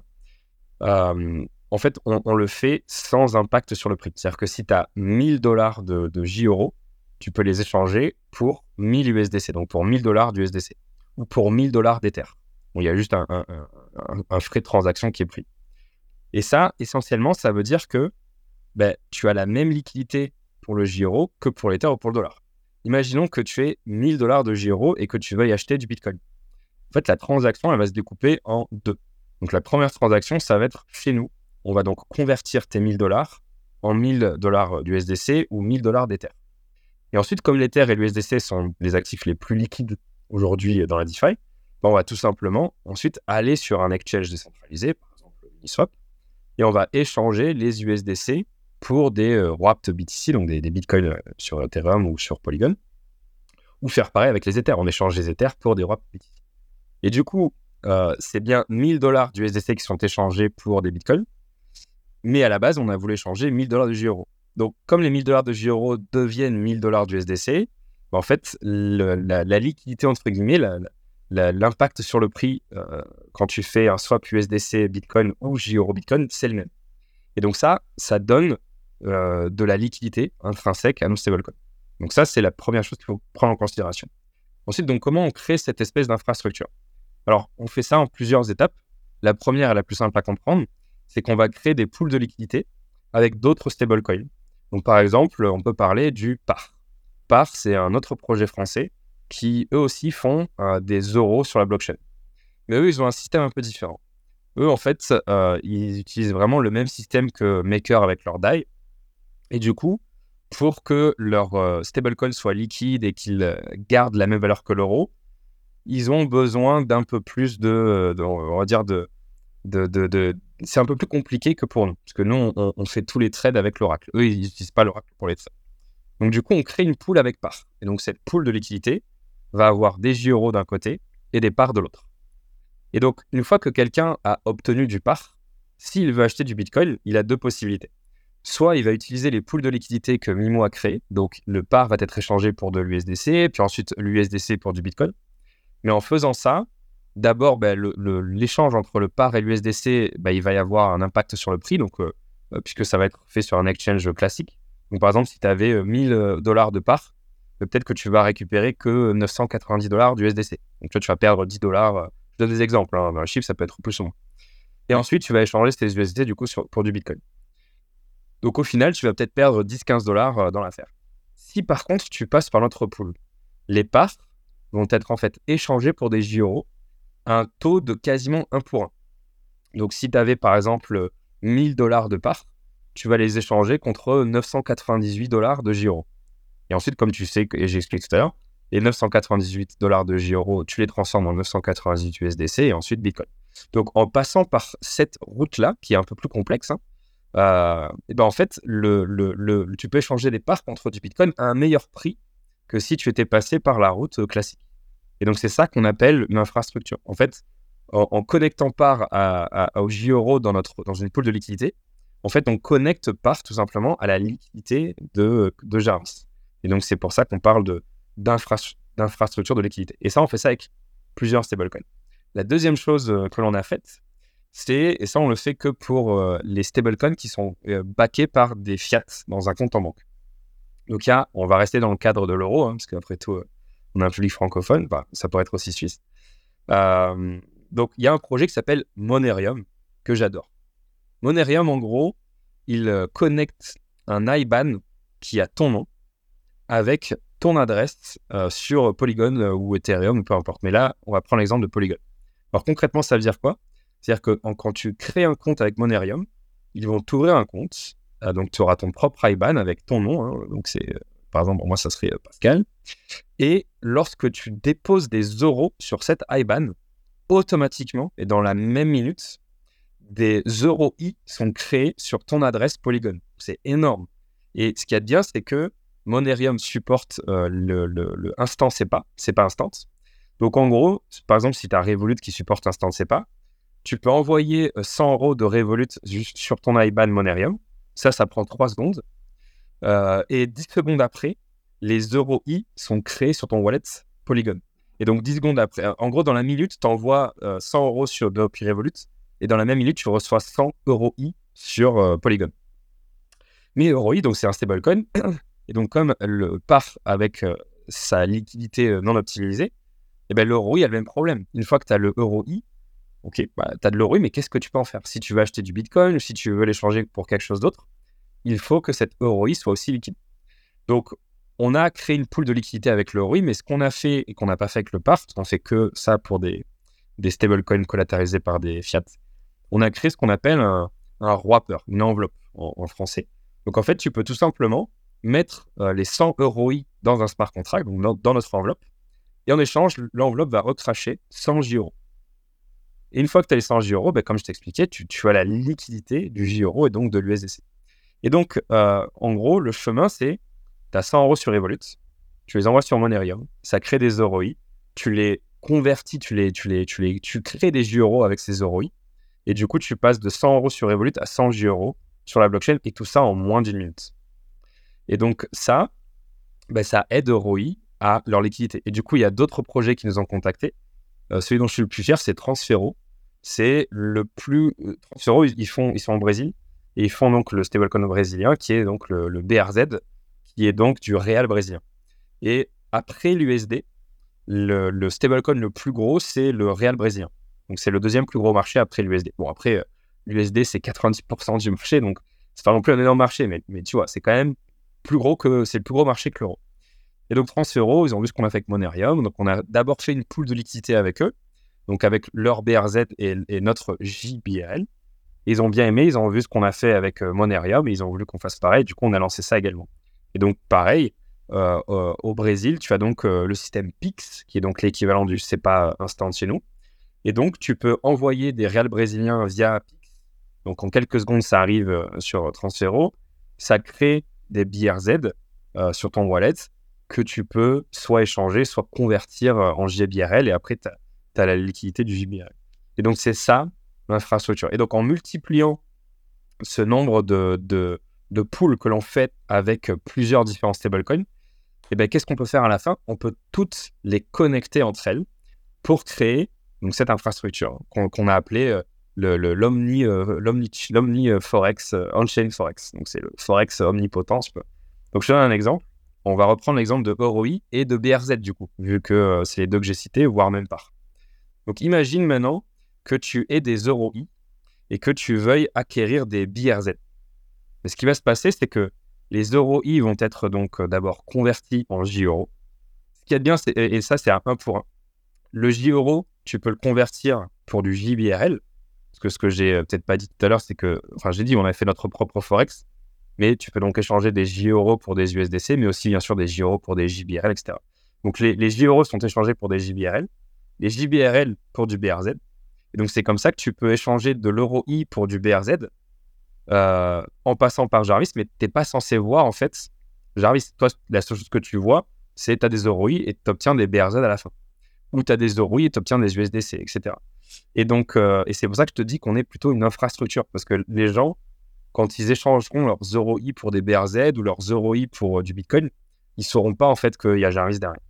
En fait, on le fait sans impact sur le prix. C'est-à-dire que si tu as 1000 dollars de J-euros, tu peux les échanger pour 1000 USDC, donc pour 1000 dollars d'USDC, ou pour 1000 dollars d'Ether. Bon, il y a juste un frais de transaction qui est pris. Et ça, essentiellement, ça veut dire que tu as la même liquidité pour le J-euro que pour l'Ether ou pour le dollar. Imaginons que tu aies 1000 dollars de J-euro et que tu veuilles acheter du Bitcoin. En fait, la transaction, elle va se découper en 2. Donc, la première transaction, ça va être chez nous. On va donc convertir tes 1000 dollars en 1000 dollars d'USDC ou 1000 dollars d'Ether. Et ensuite, comme l'Ether et l'USDC sont les actifs les plus liquides aujourd'hui dans la DeFi, on va tout simplement ensuite aller sur un exchange décentralisé, par exemple Uniswap, et on va échanger les USDC pour des wrapped BTC, donc des bitcoins sur Ethereum ou sur Polygon, ou faire pareil avec les Ethers. On échange les Ethers pour des wrapped BTC. Et du coup, c'est bien 1000 dollars d'USDC qui sont échangés pour des bitcoins, mais à la base, on a voulu échanger 1000 dollars de J-euro. Donc, comme les 1000 dollars de J-euro deviennent 1000 dollars d'USDC, en fait, la liquidité, entre guillemets, l'impact sur le prix quand tu fais un swap USDC Bitcoin ou J-euro Bitcoin, c'est le même. Et donc ça donne de la liquidité intrinsèque à nos stablecoins. Donc ça, c'est la première chose qu'il faut prendre en considération. Ensuite, donc, comment on crée cette espèce d'infrastructure? Alors, on fait ça en plusieurs étapes. La première et la plus simple à comprendre, c'est qu'on va créer des pools de liquidité avec d'autres stablecoins. Donc, par exemple, on peut parler du PAR. Par, c'est un autre projet français qui, eux aussi, font des euros sur la blockchain. Mais eux, ils ont un système un peu différent. Eux, en fait, ils utilisent vraiment le même système que Maker avec leur DAI. Et du coup, pour que leur stablecoin soit liquide et qu'ils gardent la même valeur que l'euro, ils ont besoin d'un peu plus on va dire c'est un peu plus compliqué que pour nous. Parce que nous, on fait tous les trades avec l'Oracle. Eux, ils n'utilisent pas l'Oracle pour les trades. Donc, du coup, on crée une pool avec parts. Et donc, cette pool de liquidité va avoir des JEURO d'un côté et des parts de l'autre. Et donc, une fois que quelqu'un a obtenu du par, s'il veut acheter du Bitcoin, il a deux possibilités. Soit il va utiliser les pools de liquidité que Mimo a créés, donc le par va être échangé pour de l'USDC, puis ensuite l'USDC pour du Bitcoin. Mais en faisant ça, d'abord, l'échange entre le par et l'USDC, il va y avoir un impact sur le prix, donc, puisque ça va être fait sur un exchange classique. Donc, par exemple, si tu avais $1000 de par, peut-être que tu vas récupérer que $990 d'USDC. Donc, tu vas perdre $10. Je donne des exemples, hein. Un chiffre, ça peut être plus ou moins. Et ensuite, tu vas échanger ces USDT du coup pour du Bitcoin. Donc, au final, tu vas peut-être perdre $10-15 dans l'affaire. Si par contre, tu passes par notre pool, les parts vont être en fait échangées pour des JEURO à un taux de quasiment 1 pour 1. Donc, si tu avais par exemple $1000 de parts, tu vas les échanger contre $998 de JEURO. Et ensuite, comme tu sais, et j'ai expliqué tout à l'heure, les $998 de JEURO, tu les transformes en 998 USDC et ensuite Bitcoin. Donc, en passant par cette route-là, qui est un peu plus complexe, en fait, tu peux échanger des parts contre du Bitcoin à un meilleur prix que si tu étais passé par la route classique. Et donc, c'est ça qu'on appelle une infrastructure. En fait, en connectant part au JEURO dans une pool de liquidité, en fait, on connecte part tout simplement à la liquidité de Jarvis. Et donc, c'est pour ça qu'on parle d'infrastructure de liquidité. Et ça, on fait ça avec plusieurs stablecoins. La deuxième chose que l'on a faite, et ça, on le fait que pour les stablecoins qui sont backés par des fiat dans un compte en banque. Donc, on va rester dans le cadre de l'euro, hein, parce qu'après tout, on a un public francophone, ça pourrait être aussi suisse. Donc, il y a un projet qui s'appelle Monerium, que j'adore. Monerium, en gros, il connecte un IBAN qui a ton nom avec ton adresse sur Polygon ou Ethereum, peu importe. Mais là, on va prendre l'exemple de Polygon. Alors concrètement, ça veut dire quoi? C'est-à-dire que quand tu crées un compte avec Monerium, ils vont t'ouvrir un compte. Donc, tu auras ton propre IBAN avec ton nom. Hein, donc, par exemple, pour moi, ça serait Pascal. Et lorsque tu déposes des euros sur cet IBAN, automatiquement, et dans la même minute, des EUROI sont créés sur ton adresse Polygon. C'est énorme. Et ce qu'il y a de bien, c'est que Monerium supporte le Instant SEPA Instant. Donc, en gros, par exemple, si tu as Revolut qui supporte Instant SEPA, tu peux envoyer 100 euros de Revolut juste sur ton IBAN Monerium. Ça prend 3 secondes. Et 10 secondes après, les EUROI sont créés sur ton wallet Polygon. Et donc, 10 secondes après, en gros, dans la minute, tu envoies 100 euros depuis Revolut. Et dans la même minute, tu reçois 100 EUROI sur Polygon. Mais EUROI, donc c'est un stablecoin. Et donc, comme le part avec sa liquidité non optimisée, l'EUROI a le même problème. Une fois que tu as le EUROI, ok, tu as de l'EUROI, mais qu'est-ce que tu peux en faire? Si tu veux acheter du Bitcoin ou si tu veux l'échanger pour quelque chose d'autre, il faut que cette EUROI soit aussi liquide. Donc, on a créé une pool de liquidité avec l'EUROI, mais ce qu'on a fait et qu'on n'a pas fait avec le part, on fait que ça pour des stablecoins collatéralisés par des fiat, on a créé ce qu'on appelle un wrapper, une enveloppe en français. Donc, en fait, tu peux tout simplement mettre les 100 EUROI dans un smart contract, donc dans notre enveloppe, et en échange, l'enveloppe va recracher 100 JEURO. Et une fois que tu as les 100 JEURO, comme je t'expliquais, tu as la liquidité du JEURO et donc de l'USDC. Et donc, en gros, le chemin, c'est tu as 100 euros sur Revolut, tu les envoies sur Monerium, ça crée des EUROI, tu les convertis, tu crées des JEURO avec ces EUROI, et du coup, tu passes de 100 euros sur Revolut à 100 JEURO sur la blockchain, et tout ça en moins d'1 minute. Et donc, ça aide EUROI à leur liquidité. Et du coup, il y a d'autres projets qui nous ont contactés. Celui dont je suis le plus fier, c'est Transfero. C'est le plus... Transfero, ils sont au Brésil, et ils font donc le stablecoin brésilien, qui est donc le BRZ, qui est donc du réal brésilien. Et après l'USD, le stablecoin le plus gros, c'est le réal brésilien. Donc, c'est le deuxième plus gros marché après l'USD. Bon, après, l'USD, c'est 90% du marché, donc c'est pas non plus un énorme marché, mais tu vois, c'est quand même c'est le plus gros marché que l'euro. Et donc Transfero, ils ont vu ce qu'on a fait avec Monerium. Donc on a d'abord fait une pool de liquidité avec eux, donc avec leur BRZ et notre JBRL. Ils ont bien aimé, ils ont vu ce qu'on a fait avec Monerium et ils ont voulu qu'on fasse pareil. Du coup, on a lancé ça également. Et donc, pareil, au Brésil, tu as donc le système Pix, qui est donc l'équivalent du SEPA Instant chez nous. Et donc, tu peux envoyer des réals brésiliens via Pix. Donc, en quelques secondes, ça arrive sur Transfero. Ça crée des BRZ sur ton wallet que tu peux soit échanger, soit convertir en JBRL. Et après, tu as la liquidité du JBRL. Et donc, c'est ça, l'infrastructure. Et donc, en multipliant ce nombre de pools que l'on fait avec plusieurs différents stablecoins, et ben, qu'est-ce qu'on peut faire à la fin? On peut toutes les connecter entre elles pour créer donc, cette infrastructure qu'on a appelée l'Omni Forex, On-Chain Forex. Donc, c'est le Forex omnipotent. Donc, je te donne un exemple. On va reprendre l'exemple de Euroi et de BRZ, du coup, vu que c'est les deux que j'ai cités, voire même pas. Donc, imagine maintenant que tu aies des Euroi et que tu veuilles acquérir des BRZ. Mais ce qui va se passer, c'est que les Euroi vont être donc d'abord convertis en J-Euro. Ce qui est bien, et ça, c'est un 1 pour 1. Le J-Euro, tu peux le convertir pour du JBRL. Parce que ce que j'ai peut-être pas dit tout à l'heure, c'est que, enfin, j'ai dit, on a fait notre propre Forex, mais tu peux donc échanger des J-Euro pour des USDC, mais aussi, bien sûr, des J-Euro pour des JBRL, etc. Donc, les J-Euro sont échangés pour des JBRL, les JBRL pour du BRZ. Et donc, c'est comme ça que tu peux échanger de l'Euro-I pour du BRZ en passant par Jarvis, mais tu n'es pas censé voir, en fait, Jarvis. Toi, la seule chose que tu vois, c'est que tu as des Euro-I et tu obtiens des BRZ à la fin. Ou tu as des Euro-I et tu obtiens des USDC, etc. Et donc, et c'est pour ça que je te dis qu'on est plutôt une infrastructure, parce que les gens, quand ils échangeront leurs Euro-I pour des BRZ ou leurs Euro-I pour du Bitcoin, ils ne sauront pas, en fait, qu'il y a Jarvis derrière.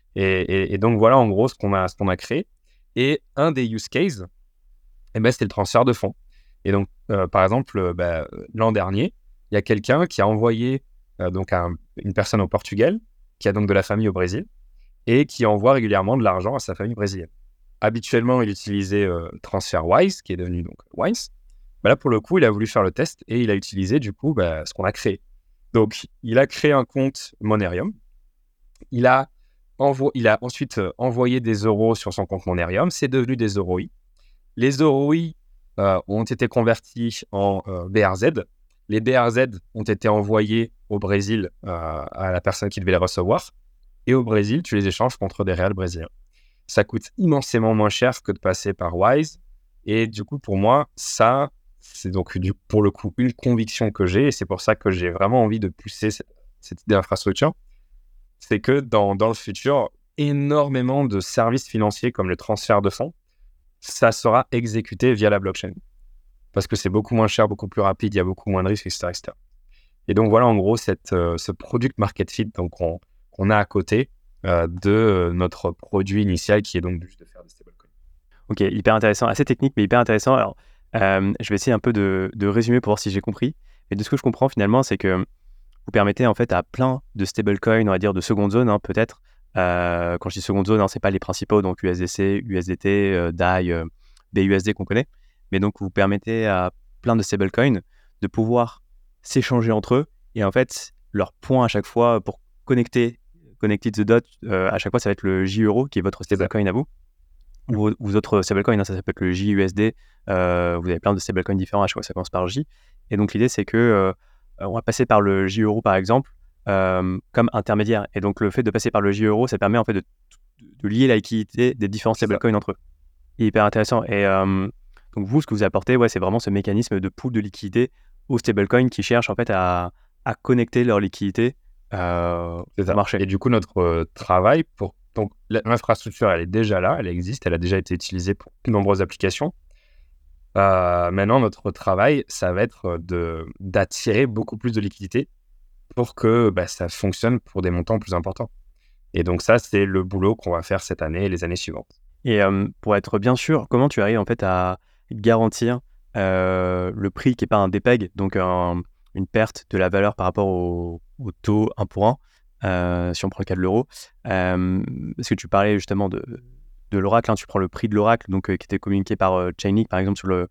Et donc, voilà, en gros, ce qu'on a créé. Et un des use cases, c'est le transfert de fonds. Et donc, par exemple, l'an dernier, il y a quelqu'un qui a envoyé donc une personne au Portugal, qui a donc de la famille au Brésil, et qui envoie régulièrement de l'argent à sa famille brésilienne. Habituellement, il utilisait TransferWise, qui est devenu donc Wise. Là, pour le coup, il a voulu faire le test et il a utilisé du coup ce qu'on a créé. Donc, il a créé un compte Monerium. Il a ensuite envoyé des euros sur son compte Monerium. C'est devenu des Euro-I. Les Euro-I ont été convertis en BRZ. Les BRZ ont été envoyés au Brésil à la personne qui devait les recevoir. Et au Brésil, tu les échanges contre des réals brésiliens. Ça coûte immensément moins cher que de passer par Wise. Et du coup, pour moi, ça, c'est donc pour le coup une conviction que j'ai. Et c'est pour ça que j'ai vraiment envie de pousser cette idée d'infrastructure. C'est que dans le futur, énormément de services financiers comme le transfert de fonds, ça sera exécuté via la blockchain. Parce que c'est beaucoup moins cher, beaucoup plus rapide, il y a beaucoup moins de risques, etc. etc. Et donc voilà, en gros, ce product market fit qu'on a à côté de notre produit initial qui est donc juste de faire des stablecoins. Ok, hyper intéressant, assez technique, mais hyper intéressant. Alors, je vais essayer un peu de résumer pour voir si j'ai compris. Mais de ce que je comprends finalement, c'est que vous permettez en fait à plein de stablecoins, on va dire de seconde zone, peut-être. Quand je dis seconde zone, c'est pas les principaux, donc USDC, USDT, DAI, BUSD qu'on connaît. Mais donc, vous permettez à plein de stablecoins de pouvoir s'échanger entre eux. Et en fait, leur point à chaque fois pour connecter the dot, à chaque fois, ça va être le J-Euro qui est votre stablecoin à vous. Ou autres stablecoins, ça peut être le JUSD. Vous avez plein de stablecoins différents, à chaque fois, ça commence par J. Et donc, l'idée, c'est que on va passer par le J-Euro, par exemple, comme intermédiaire. Et donc, le fait de passer par le J-Euro, ça permet en fait de lier la liquidité des différents stablecoins entre eux. C'est hyper intéressant. Et donc, vous, ce que vous apportez, c'est vraiment ce mécanisme de pool de liquidité aux stablecoins qui cherchent en fait à connecter leur liquidité au marché. Et du coup, notre travail donc l'infrastructure, elle est déjà là, elle existe, elle a déjà été utilisée pour de nombreuses applications. Maintenant, notre travail, ça va être d'attirer beaucoup plus de liquidités pour que ça fonctionne pour des montants plus importants. Et donc ça, c'est le boulot qu'on va faire cette année et les années suivantes. Et pour être bien sûr, comment tu arrives en fait à garantir le prix qui n'est pas un DPEG, donc une perte de la valeur par rapport au taux 1 pour 1, si on prend le cas de l'euro. Parce que tu parlais justement de l'oracle, tu prends le prix de l'oracle, donc qui était communiqué par Chainlink, par exemple, sur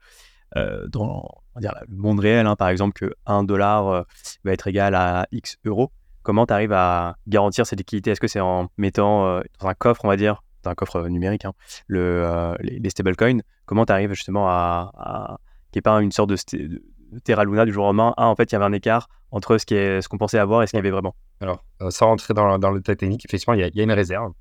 dans le monde réel, par exemple, que $1 va être égal à X euros. comment tu arrives à garantir cette liquidité? Est-ce que c'est en mettant dans un coffre, on va dire, dans un coffre numérique, hein, les stablecoins? Comment tu arrives justement qu'il n'y ait pas une sorte de Terra Luna du jour au lendemain? En fait, il y avait un écart entre ce qu'on pensait avoir et ce qu'il y avait vraiment. Alors, sans rentrer dans le détail technique, effectivement, il y a une réserve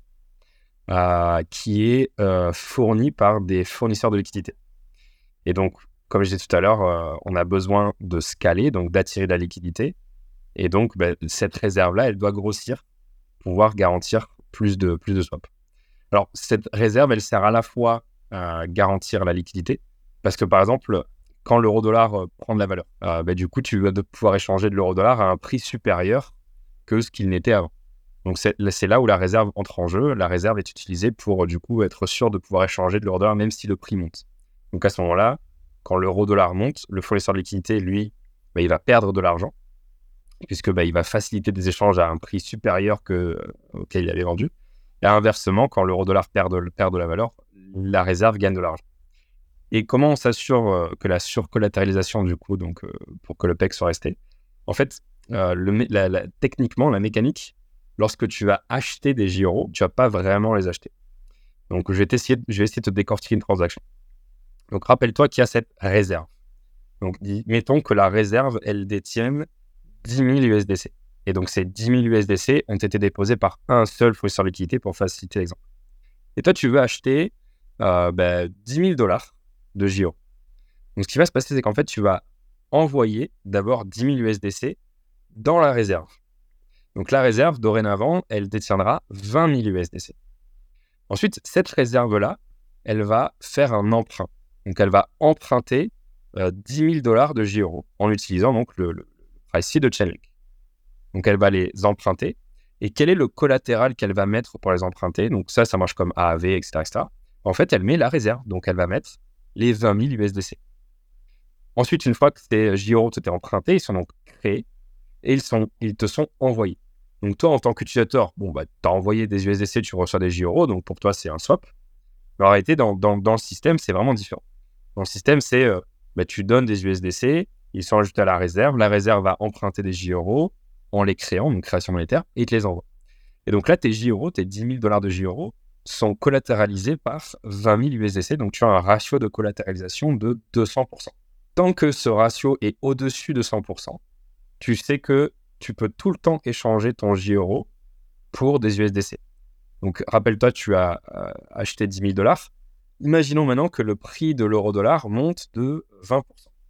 qui est fournie par des fournisseurs de liquidités. Et donc, comme je disais tout à l'heure, on a besoin de scaler, donc d'attirer de la liquidité. Et donc, cette réserve-là, elle doit grossir pour pouvoir garantir plus de swaps. Alors, cette réserve, elle sert à la fois à garantir la liquidité, parce que par exemple, quand l'euro-dollar prend de la valeur, du coup, tu vas pouvoir échanger de l'euro-dollar à un prix supérieur que ce qu'il n'était avant. Donc, c'est là où la réserve entre en jeu. La réserve est utilisée pour, du coup, être sûr de pouvoir échanger de l'euro-dollar même si le prix monte. Donc, à ce moment-là, quand l'euro-dollar monte, le fournisseur de liquidité, lui, il va perdre de l'argent, puisque il va faciliter des échanges à un prix supérieur auquel il avait vendu. Et inversement, quand l'euro-dollar perd de la valeur, la réserve gagne de l'argent. Et comment on s'assure que la surcollatéralisation, du coup, donc, pour que le PEG soit resté? En fait, techniquement, la mécanique, lorsque tu vas acheter des JEURO, tu ne vas pas vraiment les acheter. Donc, je vais essayer de te décortiquer une transaction. Donc, rappelle-toi qu'il y a cette réserve. Donc, mettons que la réserve, elle détienne 10 000 USDC. Et donc, ces 10 000 USDC ont été déposés par un seul fournisseur de liquidité pour faciliter l'exemple. Et toi, tu veux acheter 10 000 $ de JEURO. Donc, ce qui va se passer, c'est qu'en fait, tu vas envoyer d'abord 10 000 USDC dans la réserve. Donc, la réserve, dorénavant, elle détiendra 20 000 USDC. Ensuite, cette réserve-là, elle va faire un emprunt. Donc, elle va emprunter 10 000 $ de JEURO en utilisant donc le price de Chainlink. Donc, elle va les emprunter. Et quel est le collatéral qu'elle va mettre pour les emprunter? Donc, ça marche comme AAV, etc., etc. En fait, elle met la réserve. Donc, elle va mettre les 20 000 USDC. Ensuite, une fois que ces JEURO t'ont été empruntés, ils sont donc créés et ils te sont envoyés. Donc, toi, en tant qu'utilisateur, tu as envoyé des USDC, tu reçois des JEURO. Donc, pour toi, c'est un swap. Mais en réalité, dans le système, c'est vraiment différent. Dans le système, c'est tu donnes des USDC, ils sont ajoutés à la réserve va emprunter des JEURO en les créant, donc création monétaire, et ils te les envoie. Et donc là, tes JEURO, tes 10 000 $ de JEURO sont collatéralisés par 20 000 USDC, donc tu as un ratio de collatéralisation de 200%. Tant que ce ratio est au-dessus de 100%, tu sais que tu peux tout le temps échanger ton JEURO pour des USDC. Donc, rappelle-toi, tu as acheté 10 000 $. Imaginons maintenant que le prix de l'euro-dollar monte de 20%.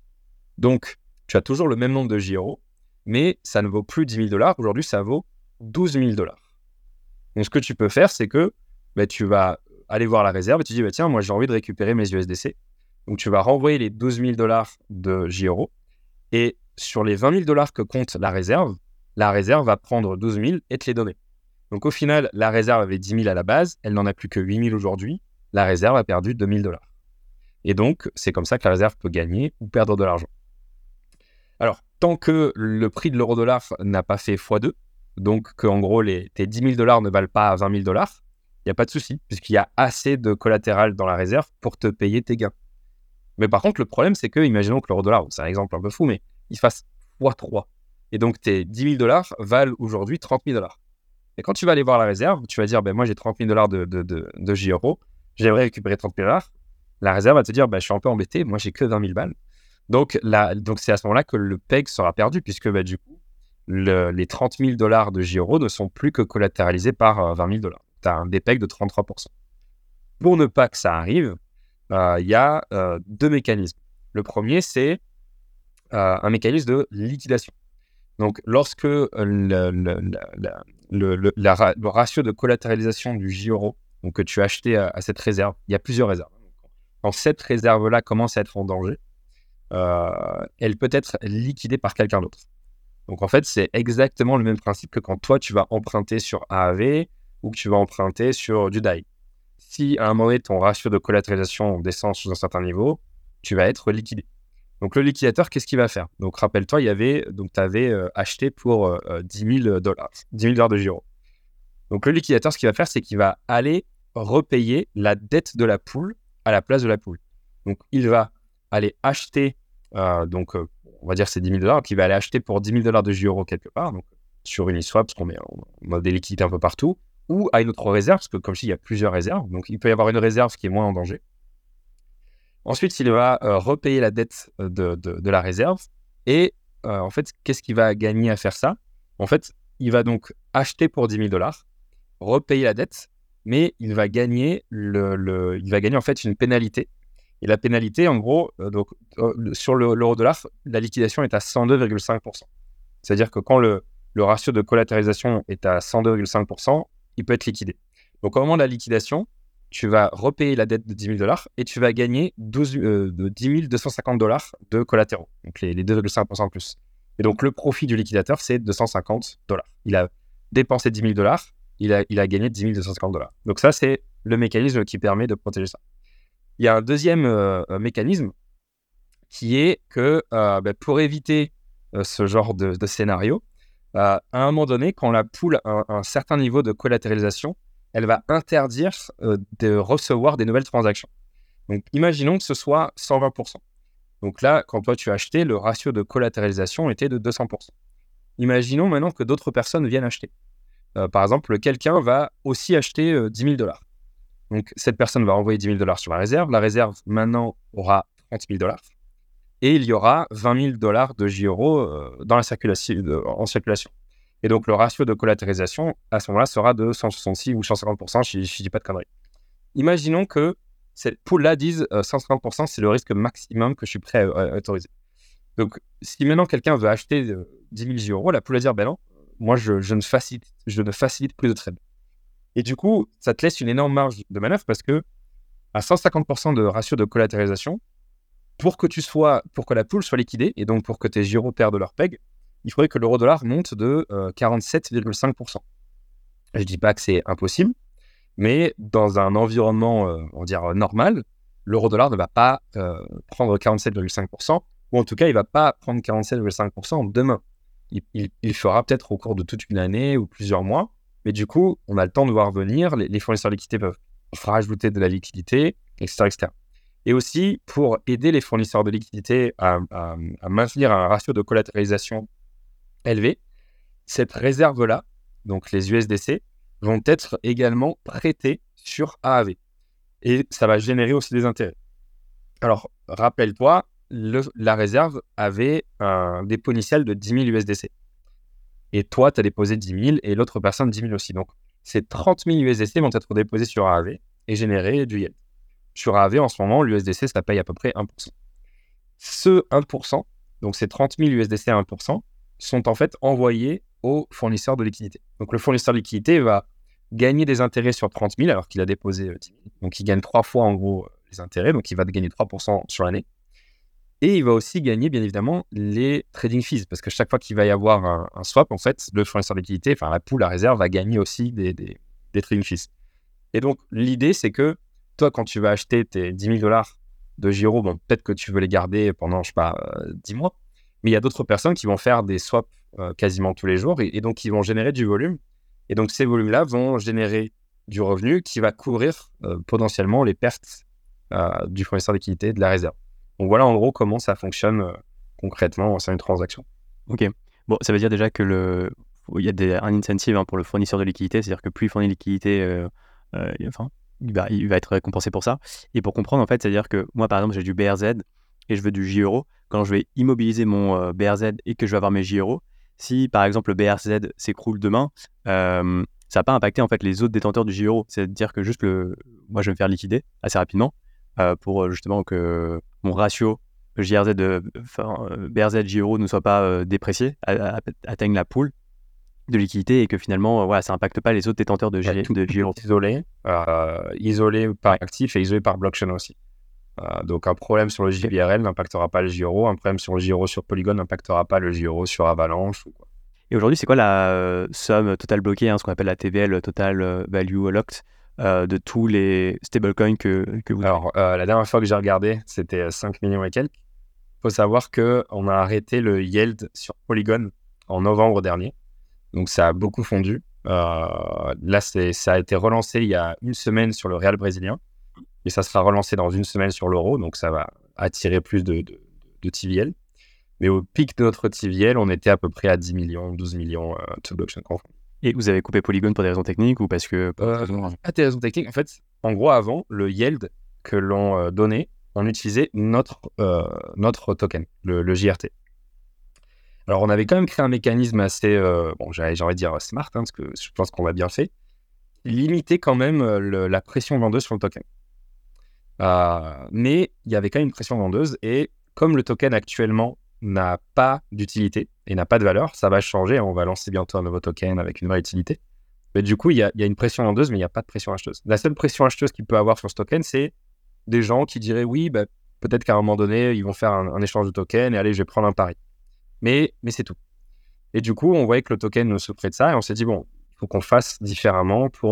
Donc, tu as toujours le même nombre de JEURO, mais ça ne vaut plus 10 000 $. Aujourd'hui, ça vaut 12 000 $. Donc, ce que tu peux faire, c'est que tu vas aller voir la réserve et tu dis, tiens, moi, j'ai envie de récupérer mes USDC. Donc, tu vas renvoyer les 12 000 $ de JEURO. Et sur les 20 000 $ que compte la réserve va prendre 12 000 et te les donner. Donc, au final, la réserve avait 10 000 à la base. Elle n'en a plus que 8 000 aujourd'hui. La réserve a perdu 2 000 $. Et donc, c'est comme ça que la réserve peut gagner ou perdre de l'argent. Alors, tant que le prix de l'euro-dollar n'a pas fait x2, donc qu'en gros, tes 10 000 $ ne valent pas 20 000 $, il n'y a pas de souci, puisqu'il y a assez de collatéral dans la réserve pour te payer tes gains. Mais par contre, le problème, c'est que, imaginons que l'euro-dollar, c'est un exemple un peu fou, mais il fasse x3. Et donc, tes 10 000 $ valent aujourd'hui 30 000 $. Et quand tu vas aller voir la réserve, tu vas dire, moi, j'ai 30 000 $ de JEURO, j'aimerais récupérer 30 000 $. La réserve va te dire, je suis un peu embêté, moi, j'ai que 20 000 balles. Donc, c'est à ce moment-là que le PEG sera perdu, puisque du coup, les 30 000 $ de JEURO ne sont plus que collatéralisés par 20 000 $. Tu as un dépeg de 33%. Pour ne pas que ça arrive, il y a deux mécanismes. Le premier, c'est un mécanisme de liquidation. Donc, lorsque le ratio de collatéralisation du JEURO donc, que tu as acheté à cette réserve, il y a plusieurs réserves. Quand cette réserve-là commence à être en danger, elle peut être liquidée par quelqu'un d'autre. Donc, en fait, c'est exactement le même principe que quand toi, tu vas emprunter sur AAV ou que tu vas emprunter sur du DAI. Si à un moment donné, ton ratio de collatéralisation descend sous un certain niveau, tu vas être liquidé. Donc, le liquidateur, qu'est-ce qu'il va faire? Donc, rappelle-toi, tu avais acheté pour 10 000 $ de JEURO. Donc, le liquidateur, ce qu'il va faire, c'est qu'il va aller repayer la dette de la pool à la place de la pool. Donc, il va aller acheter, on va dire c'est 10 000 $, qu'il va aller acheter pour 10 000 $ de JEURO quelque part. Donc, sur Uniswap, parce on a des liquidités un peu partout, ou à une autre réserve, parce que comme je dis, il y a plusieurs réserves, donc il peut y avoir une réserve qui est moins en danger. Ensuite, il va repayer la dette de la réserve, et en fait, qu'est-ce qu'il va gagner à faire ça? En fait, il va donc acheter pour 10 000 $, repayer la dette, mais il va gagner en fait une pénalité. Et la pénalité, en gros, sur l'euro-dollar, la liquidation est à 102,5%. C'est-à-dire que quand le ratio de collatéralisation est à 102,5%, il peut être liquidé. Donc, au moment de la liquidation, tu vas repayer la dette de 10 000 $ et tu vas gagner 10 250 $ de collatéraux, donc les 2,5% en plus. Et donc, le profit du liquidateur, c'est 250 $. Il a dépensé 10 000 $, il a gagné 10 250 $. Donc, ça, c'est le mécanisme qui permet de protéger ça. Il y a un deuxième mécanisme qui est que pour éviter ce genre de scénario, à un moment donné, quand la pool a un certain niveau de collatéralisation, elle va interdire de recevoir des nouvelles transactions. Donc, imaginons que ce soit 120%. Donc là, quand toi, tu as acheté, le ratio de collatéralisation était de 200%. Imaginons maintenant que d'autres personnes viennent acheter. Par exemple, quelqu'un va aussi acheter 10 000 $. Donc, cette personne va envoyer 10 000 $ sur la réserve. La réserve, maintenant, aura 30 000 $. Et il y aura 20 000 $ de JEURO en circulation. Et donc, le ratio de collatéralisation, à ce moment-là, sera de 166 ou 150%, si je ne dis pas de conneries. Imaginons que cette pool-là dise 150%, c'est le risque maximum que je suis prêt à autoriser. Donc, si maintenant quelqu'un veut acheter 10 000 JEURO, la pool va dire, ben non, moi, je ne facilite plus de trade. Et du coup, ça te laisse une énorme marge de manœuvre parce que à 150% de ratio de collatéralisation, pour que la pool soit liquidée et donc pour que tes JEURO perdent leur peg, il faudrait que l'euro-dollar monte de 47,5%. Je ne dis pas que c'est impossible, mais dans un environnement, on va dire, normal, l'euro-dollar ne va pas prendre 47,5%, ou en tout cas, il ne va pas prendre 47,5% demain. Il fera peut-être au cours de toute une année ou plusieurs mois, mais du coup, on a le temps de voir venir, les fournisseurs de liquidités peuvent rajouter de la liquidité, etc., etc. Et aussi, pour aider les fournisseurs de liquidités à maintenir un ratio de collatéralisation élevé, cette réserve-là, donc les USDC, vont être également prêtés sur AAV. Et ça va générer aussi des intérêts. Alors, rappelle-toi, la réserve avait un dépôt initial de 10 000 USDC. Et toi, tu as déposé 10 000 et l'autre personne 10 000 aussi. Donc, ces 30 000 USDC vont être déposés sur AAV et générer du yield. Sur AAV, en ce moment, l'USDC, ça paye à peu près 1%. Ce 1%, donc ces 30 000 USDC à 1%, sont en fait envoyés au fournisseur de liquidité. Donc, le fournisseur de liquidité va gagner des intérêts sur 30 000 alors qu'il a déposé 10 000. Donc, il gagne 3 fois, en gros, les intérêts. Donc, il va gagner 3% sur l'année. Et il va aussi gagner, bien évidemment, les trading fees. Parce que chaque fois qu'il va y avoir un swap, en fait, le fournisseur de liquidité, enfin, la pool, la réserve, va gagner aussi des trading fees. Et donc, l'idée, c'est que toi, quand tu vas acheter tes 10 000 $ de JEURO, bon, peut-être que tu veux les garder pendant, je sais pas, 10 mois. Mais il y a d'autres personnes qui vont faire des swaps quasiment tous les jours et donc qui vont générer du volume. Et donc, ces volumes-là vont générer du revenu qui va couvrir potentiellement les pertes du fournisseur de liquidité de la réserve. Donc, voilà en gros comment ça fonctionne concrètement sur une transaction. Ok. Bon, ça veut dire déjà que il y a un incentive pour le fournisseur de liquidité, c'est-à-dire que plus il fournit de liquidité, il va être récompensé pour ça. Et pour comprendre, en fait, c'est-à-dire que moi, par exemple, j'ai du BRZ et je veux du JEURO. Quand je vais immobiliser mon BRZ et que je vais avoir mes JEURO, si par exemple le BRZ s'écroule demain, ça va pas impacter en fait les autres détenteurs du JEURO. C'est-à-dire que juste moi, je vais me faire liquider assez rapidement pour justement que mon ratio BRZ JEURO ne soit pas déprécié, atteigne la pool de liquidité et que finalement, ça n'impacte pas les autres détenteurs de JEURO. Isolé par actif et isolé par blockchain aussi. Donc, un problème sur le JBRL n'impactera pas le JEURO, un problème sur le JEURO sur Polygon n'impactera pas le JEURO sur Avalanche. Ou quoi. Et aujourd'hui, c'est quoi la somme totale bloquée, ce qu'on appelle la TVL, Total Value Locked, de tous les stablecoins que vous avez? Alors, la dernière fois que j'ai regardé, c'était 5 millions et quelques. Il faut savoir qu'on a arrêté le yield sur Polygon en novembre dernier. Donc, ça a beaucoup fondu. Là, ça a été relancé il y a une semaine sur le Real brésilien. Et ça sera relancé dans une semaine sur l'euro. Donc, ça va attirer plus de TVL. Mais au pic de notre TVL, on était à peu près à 10 millions, 12 millions de blockchain confondus. Et vous avez coupé Polygon pour des raisons techniques ou parce que... Pas des raisons techniques. En fait, en gros, avant, le yield que l'on donnait, on utilisait notre token, le JRT. Alors, on avait quand même créé un mécanisme assez, j'ai envie de dire smart, parce que je pense qu'on l'a bien fait, limiter quand même la pression vendeuse sur le token. Mais il y avait quand même une pression vendeuse, et comme le token actuellement n'a pas d'utilité et n'a pas de valeur, ça va changer. On va lancer bientôt un nouveau token avec une vraie utilité. Mais du coup, il y a une pression vendeuse, mais il n'y a pas de pression acheteuse. La seule pression acheteuse qu'il peut avoir sur ce token, c'est des gens qui diraient oui, peut-être qu'à un moment donné, ils vont faire un échange de tokens et allez, je vais prendre un pari. Mais c'est tout. Et du coup, on voyait que le token souffrait de ça et on s'est dit, bon, il faut qu'on fasse différemment pour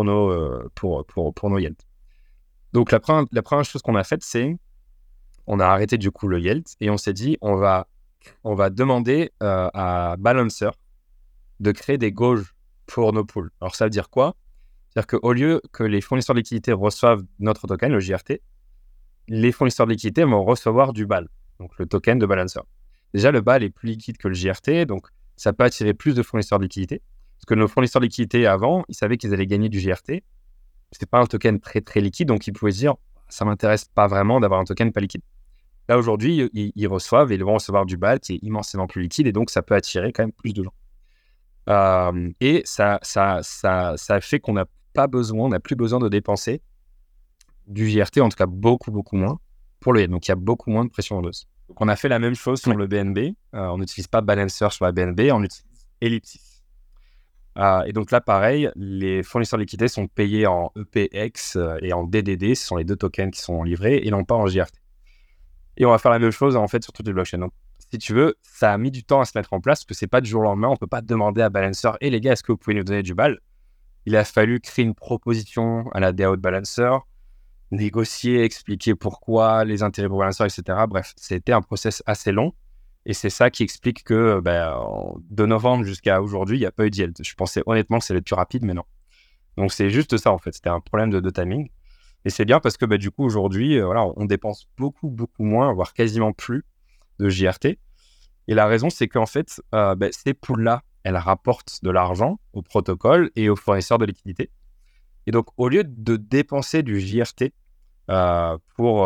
nos yields. Donc, la première chose qu'on a faite, c'est on a arrêté du coup le yield et on s'est dit, on va demander à Balancer de créer des gauges pour nos pools. Alors, ça veut dire quoi? C'est-à-dire qu'au lieu que les fournisseurs de liquidités reçoivent notre token, le JRT, les fournisseurs de liquidités vont recevoir du BAL, donc le token de Balancer. Déjà, le BAL est plus liquide que le JRT, donc ça peut attirer plus de fournisseurs de liquidités. Parce que nos fournisseurs de liquidités, avant, ils savaient qu'ils allaient gagner du JRT. C'est pas un token très, très liquide, donc ils pouvaient se dire, ça m'intéresse pas vraiment d'avoir un token pas liquide. Là, aujourd'hui, ils reçoivent et ils vont recevoir du BAL qui est immensément plus liquide, et donc ça peut attirer quand même plus de gens. Et ça fait qu'on n'a plus besoin de dépenser du JRT, en tout cas beaucoup, beaucoup moins pour le yield. Donc, il y a beaucoup moins de pression vendeuse. Donc, on a fait la même chose sur le BNB. On n'utilise pas Balancer sur la BNB, on utilise Ellipsis. Et donc là, pareil, les fournisseurs de liquidités sont payés en EPX et en DDD. Ce sont les deux tokens qui sont livrés et non pas en JRT. Et on va faire la même chose en fait sur toutes les blockchains. Donc, si tu veux, ça a mis du temps à se mettre en place parce que c'est pas du jour au lendemain. On peut pas demander à Balancer « les gars, est-ce que vous pouvez nous donner du BAL ?» Il a fallu créer une proposition à la DAO de Balancer, négocier, expliquer pourquoi, les intérêts pour Balancer, etc. Bref, c'était un process assez long. Et c'est ça qui explique que de novembre jusqu'à aujourd'hui, il n'y a pas eu de yield. Je pensais honnêtement que ça allait être plus rapide, mais non. Donc, c'est juste ça, en fait. C'était un problème de timing. Et c'est bien parce que du coup, aujourd'hui, on dépense beaucoup, beaucoup moins, voire quasiment plus de JRT. Et la raison, c'est qu'en fait, ces pools-là, elles rapportent de l'argent au protocole et aux fournisseurs de liquidités. Et donc, au lieu de dépenser du JRT pour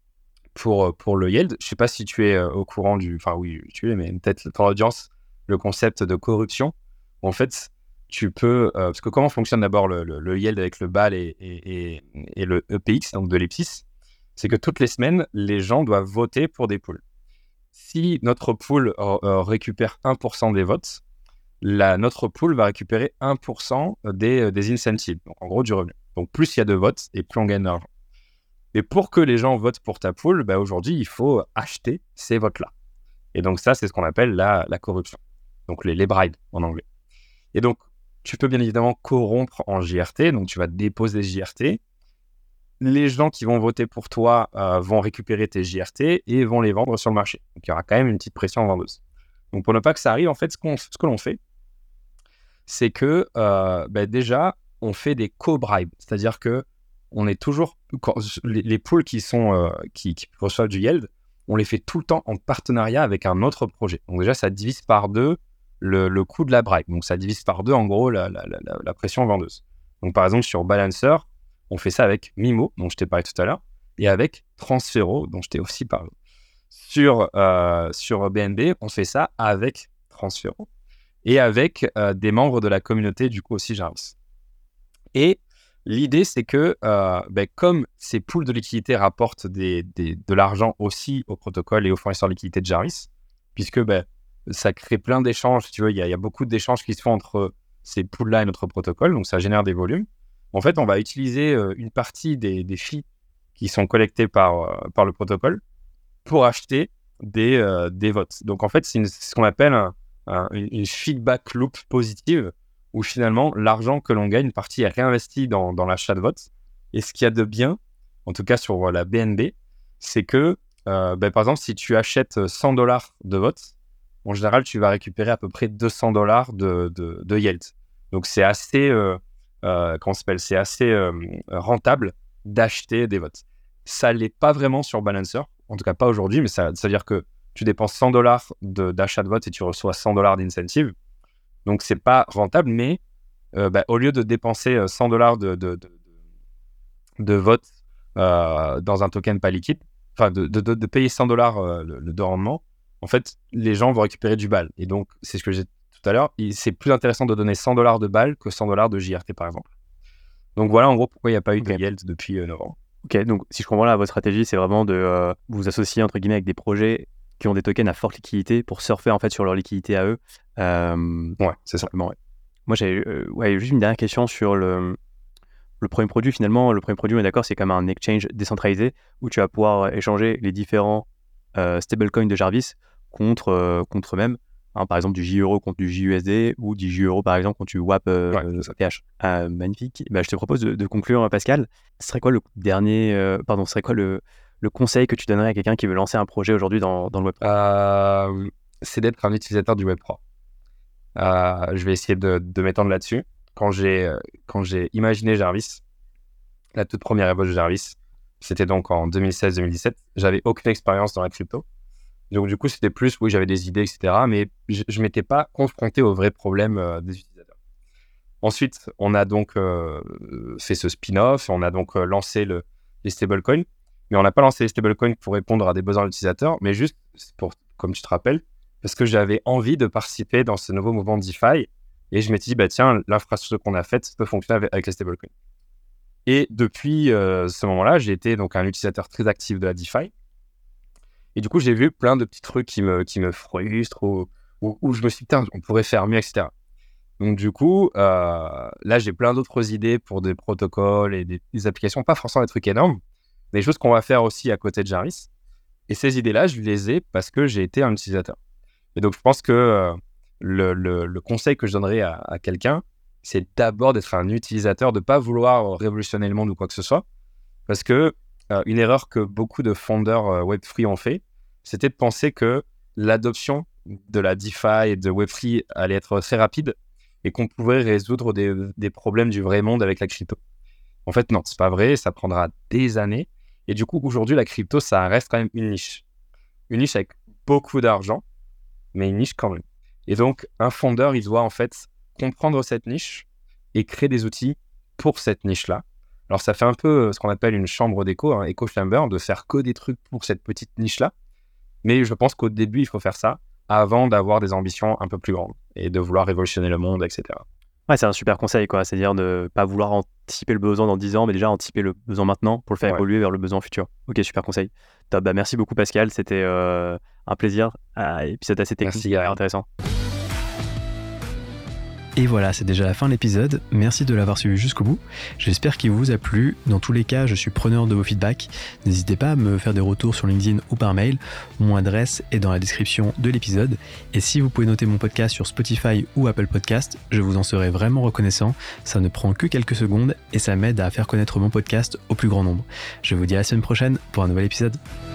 le yield, je ne sais pas si tu es au courant enfin oui, tu es, mais peut-être ton audience, le concept de corruption. En fait, tu peux... parce que comment fonctionne d'abord le yield avec le BAL et le EPX, donc de l'Ellipsis, c'est que toutes les semaines, les gens doivent voter pour des pools. Si notre pool récupère 1% des votes, notre pool va récupérer 1% des incentives, donc en gros du revenu. Donc plus il y a de votes et plus on gagne d'argent. Et pour que les gens votent pour ta pool, aujourd'hui, il faut acheter ces votes-là. Et donc ça, c'est ce qu'on appelle la corruption. Donc les bribes en anglais. Et donc, tu peux bien évidemment corrompre en JRT, donc tu vas déposer JRT. Les gens qui vont voter pour toi vont récupérer tes JRT et vont les vendre sur le marché. Donc il y aura quand même une petite pression vendeuse. Donc pour ne pas que ça arrive, en fait, ce que l'on fait, c'est que déjà, on fait des co-bribes. C'est-à-dire que on est toujours... les pools qui reçoivent du yield, on les fait tout le temps en partenariat avec un autre projet. Donc déjà, ça divise par deux le coût de la bribe. Donc ça divise par deux, en gros, la pression vendeuse. Donc par exemple, sur Balancer, on fait ça avec Mimo, dont je t'ai parlé tout à l'heure, et avec Transfero, dont je t'ai aussi parlé. Sur BNB, on fait ça avec Transfero et avec des membres de la communauté, du coup aussi Jarvis. Et l'idée, c'est que comme ces pools de liquidité rapportent de l'argent aussi au protocole et aux fournisseurs de liquidité de Jarvis, puisque ça crée plein d'échanges, tu vois, il y a beaucoup d'échanges qui se font entre ces pools-là et notre protocole, donc ça génère des volumes. En fait, on va utiliser une partie des fees qui sont collectés par le protocole pour acheter des votes. Donc, en fait, c'est ce qu'on appelle une feedback loop positive où finalement, l'argent que l'on gagne, une partie est réinvestie dans l'achat de votes. Et ce qu'il y a de bien, en tout cas sur la BNB, c'est que, par exemple, si tu achètes $100 de votes, en général, tu vas récupérer à peu près $200 de yield. Donc, c'est assez... c'est assez rentable d'acheter des votes. Ça l'est pas vraiment sur Balancer, en tout cas pas aujourd'hui, mais ça veut dire que tu dépenses $100 d'achat de vote et tu reçois $100 d'incentive. Donc, c'est pas rentable, mais au lieu de dépenser $100 de vote dans un token pas liquide, enfin, de payer $100 de rendement, en fait, les gens vont récupérer du BAL. Et donc, c'est ce que j'ai dit tout à l'heure, c'est plus intéressant de donner $100 de BAL que $100 de JRT, par exemple. Donc, voilà, en gros, pourquoi il n'y a pas eu de yield depuis novembre. Ok, donc si je comprends là, votre stratégie, c'est vraiment de vous associer, entre guillemets, avec des projets qui ont des tokens à forte liquidité pour surfer, en fait, sur leur liquidité à eux. Ouais, c'est simplement, ouais. Moi, j'ai juste une dernière question sur le premier produit. Finalement, le premier produit, on est d'accord, c'est comme un exchange décentralisé où tu vas pouvoir échanger les différents stablecoins de Jarvis contre eux-mêmes. Hein, par exemple, du J-Euro contre du JUSD ou du J-Euro, par exemple, contre du WAP PH. Magnifique. Je te propose de conclure, Pascal. Ce serait quoi le conseil que tu donnerais à quelqu'un qui veut lancer un projet aujourd'hui dans le Web3 ? C'est d'être un utilisateur du Web3. Je vais essayer de m'étendre là-dessus. Quand j'ai imaginé Jarvis, la toute première ébauche de Jarvis, c'était donc en 2016-2017. J'avais aucune expérience dans la crypto. Donc, du coup, c'était plus, oui, j'avais des idées, etc. Mais je ne m'étais pas confronté aux vrais problèmes des utilisateurs. Ensuite, on a donc fait ce spin-off. On a donc lancé les stablecoins. Mais on n'a pas lancé les stablecoins pour répondre à des besoins d'utilisateurs, mais juste, comme tu te rappelles, parce que j'avais envie de participer dans ce nouveau mouvement DeFi. Et je m'étais dit, tiens, l'infrastructure qu'on a faite peut fonctionner avec les stablecoins. Et depuis ce moment-là, j'ai été donc un utilisateur très actif de la DeFi. Et du coup, j'ai vu plein de petits trucs qui me frustrent où je me suis dit, putain, on pourrait faire mieux, etc. Donc, du coup, là, j'ai plein d'autres idées pour des protocoles et des applications, pas forcément des trucs énormes, des choses qu'on va faire aussi à côté de Jarvis. Et ces idées-là, je les ai parce que j'ai été un utilisateur. Et donc, je pense que le conseil que je donnerais à quelqu'un, c'est d'abord d'être un utilisateur, de ne pas vouloir révolutionner le monde ou quoi que ce soit. Parce que une erreur que beaucoup de fondeurs Web3 ont fait, c'était de penser que l'adoption de la DeFi et de Web3 allait être très rapide et qu'on pouvait résoudre des problèmes du vrai monde avec la crypto. En fait, non, c'est pas vrai, ça prendra des années. Et du coup, aujourd'hui, la crypto, ça reste quand même une niche. Une niche avec beaucoup d'argent, mais une niche quand même. Et donc, un fondeur, il doit en fait comprendre cette niche et créer des outils pour cette niche-là. Alors, ça fait un peu ce qu'on appelle une chambre d'écho, echo chamber, de faire que des trucs pour cette petite niche-là. Mais je pense qu'au début, il faut faire ça avant d'avoir des ambitions un peu plus grandes et de vouloir révolutionner le monde, etc. Ouais, c'est un super conseil, quoi. C'est-à-dire de ne pas vouloir anticiper le besoin dans 10 ans, mais déjà anticiper le besoin maintenant pour le faire évoluer vers le besoin futur. Ok, super conseil. Top. Merci beaucoup, Pascal. C'était un plaisir. Épisode assez technique et intéressant. Et voilà, c'est déjà la fin de l'épisode. Merci de l'avoir suivi jusqu'au bout. J'espère qu'il vous a plu. Dans tous les cas, je suis preneur de vos feedbacks. N'hésitez pas à me faire des retours sur LinkedIn ou par mail. Mon adresse est dans la description de l'épisode. Et si vous pouvez noter mon podcast sur Spotify ou Apple Podcast, je vous en serai vraiment reconnaissant. Ça ne prend que quelques secondes et ça m'aide à faire connaître mon podcast au plus grand nombre. Je vous dis à la semaine prochaine pour un nouvel épisode.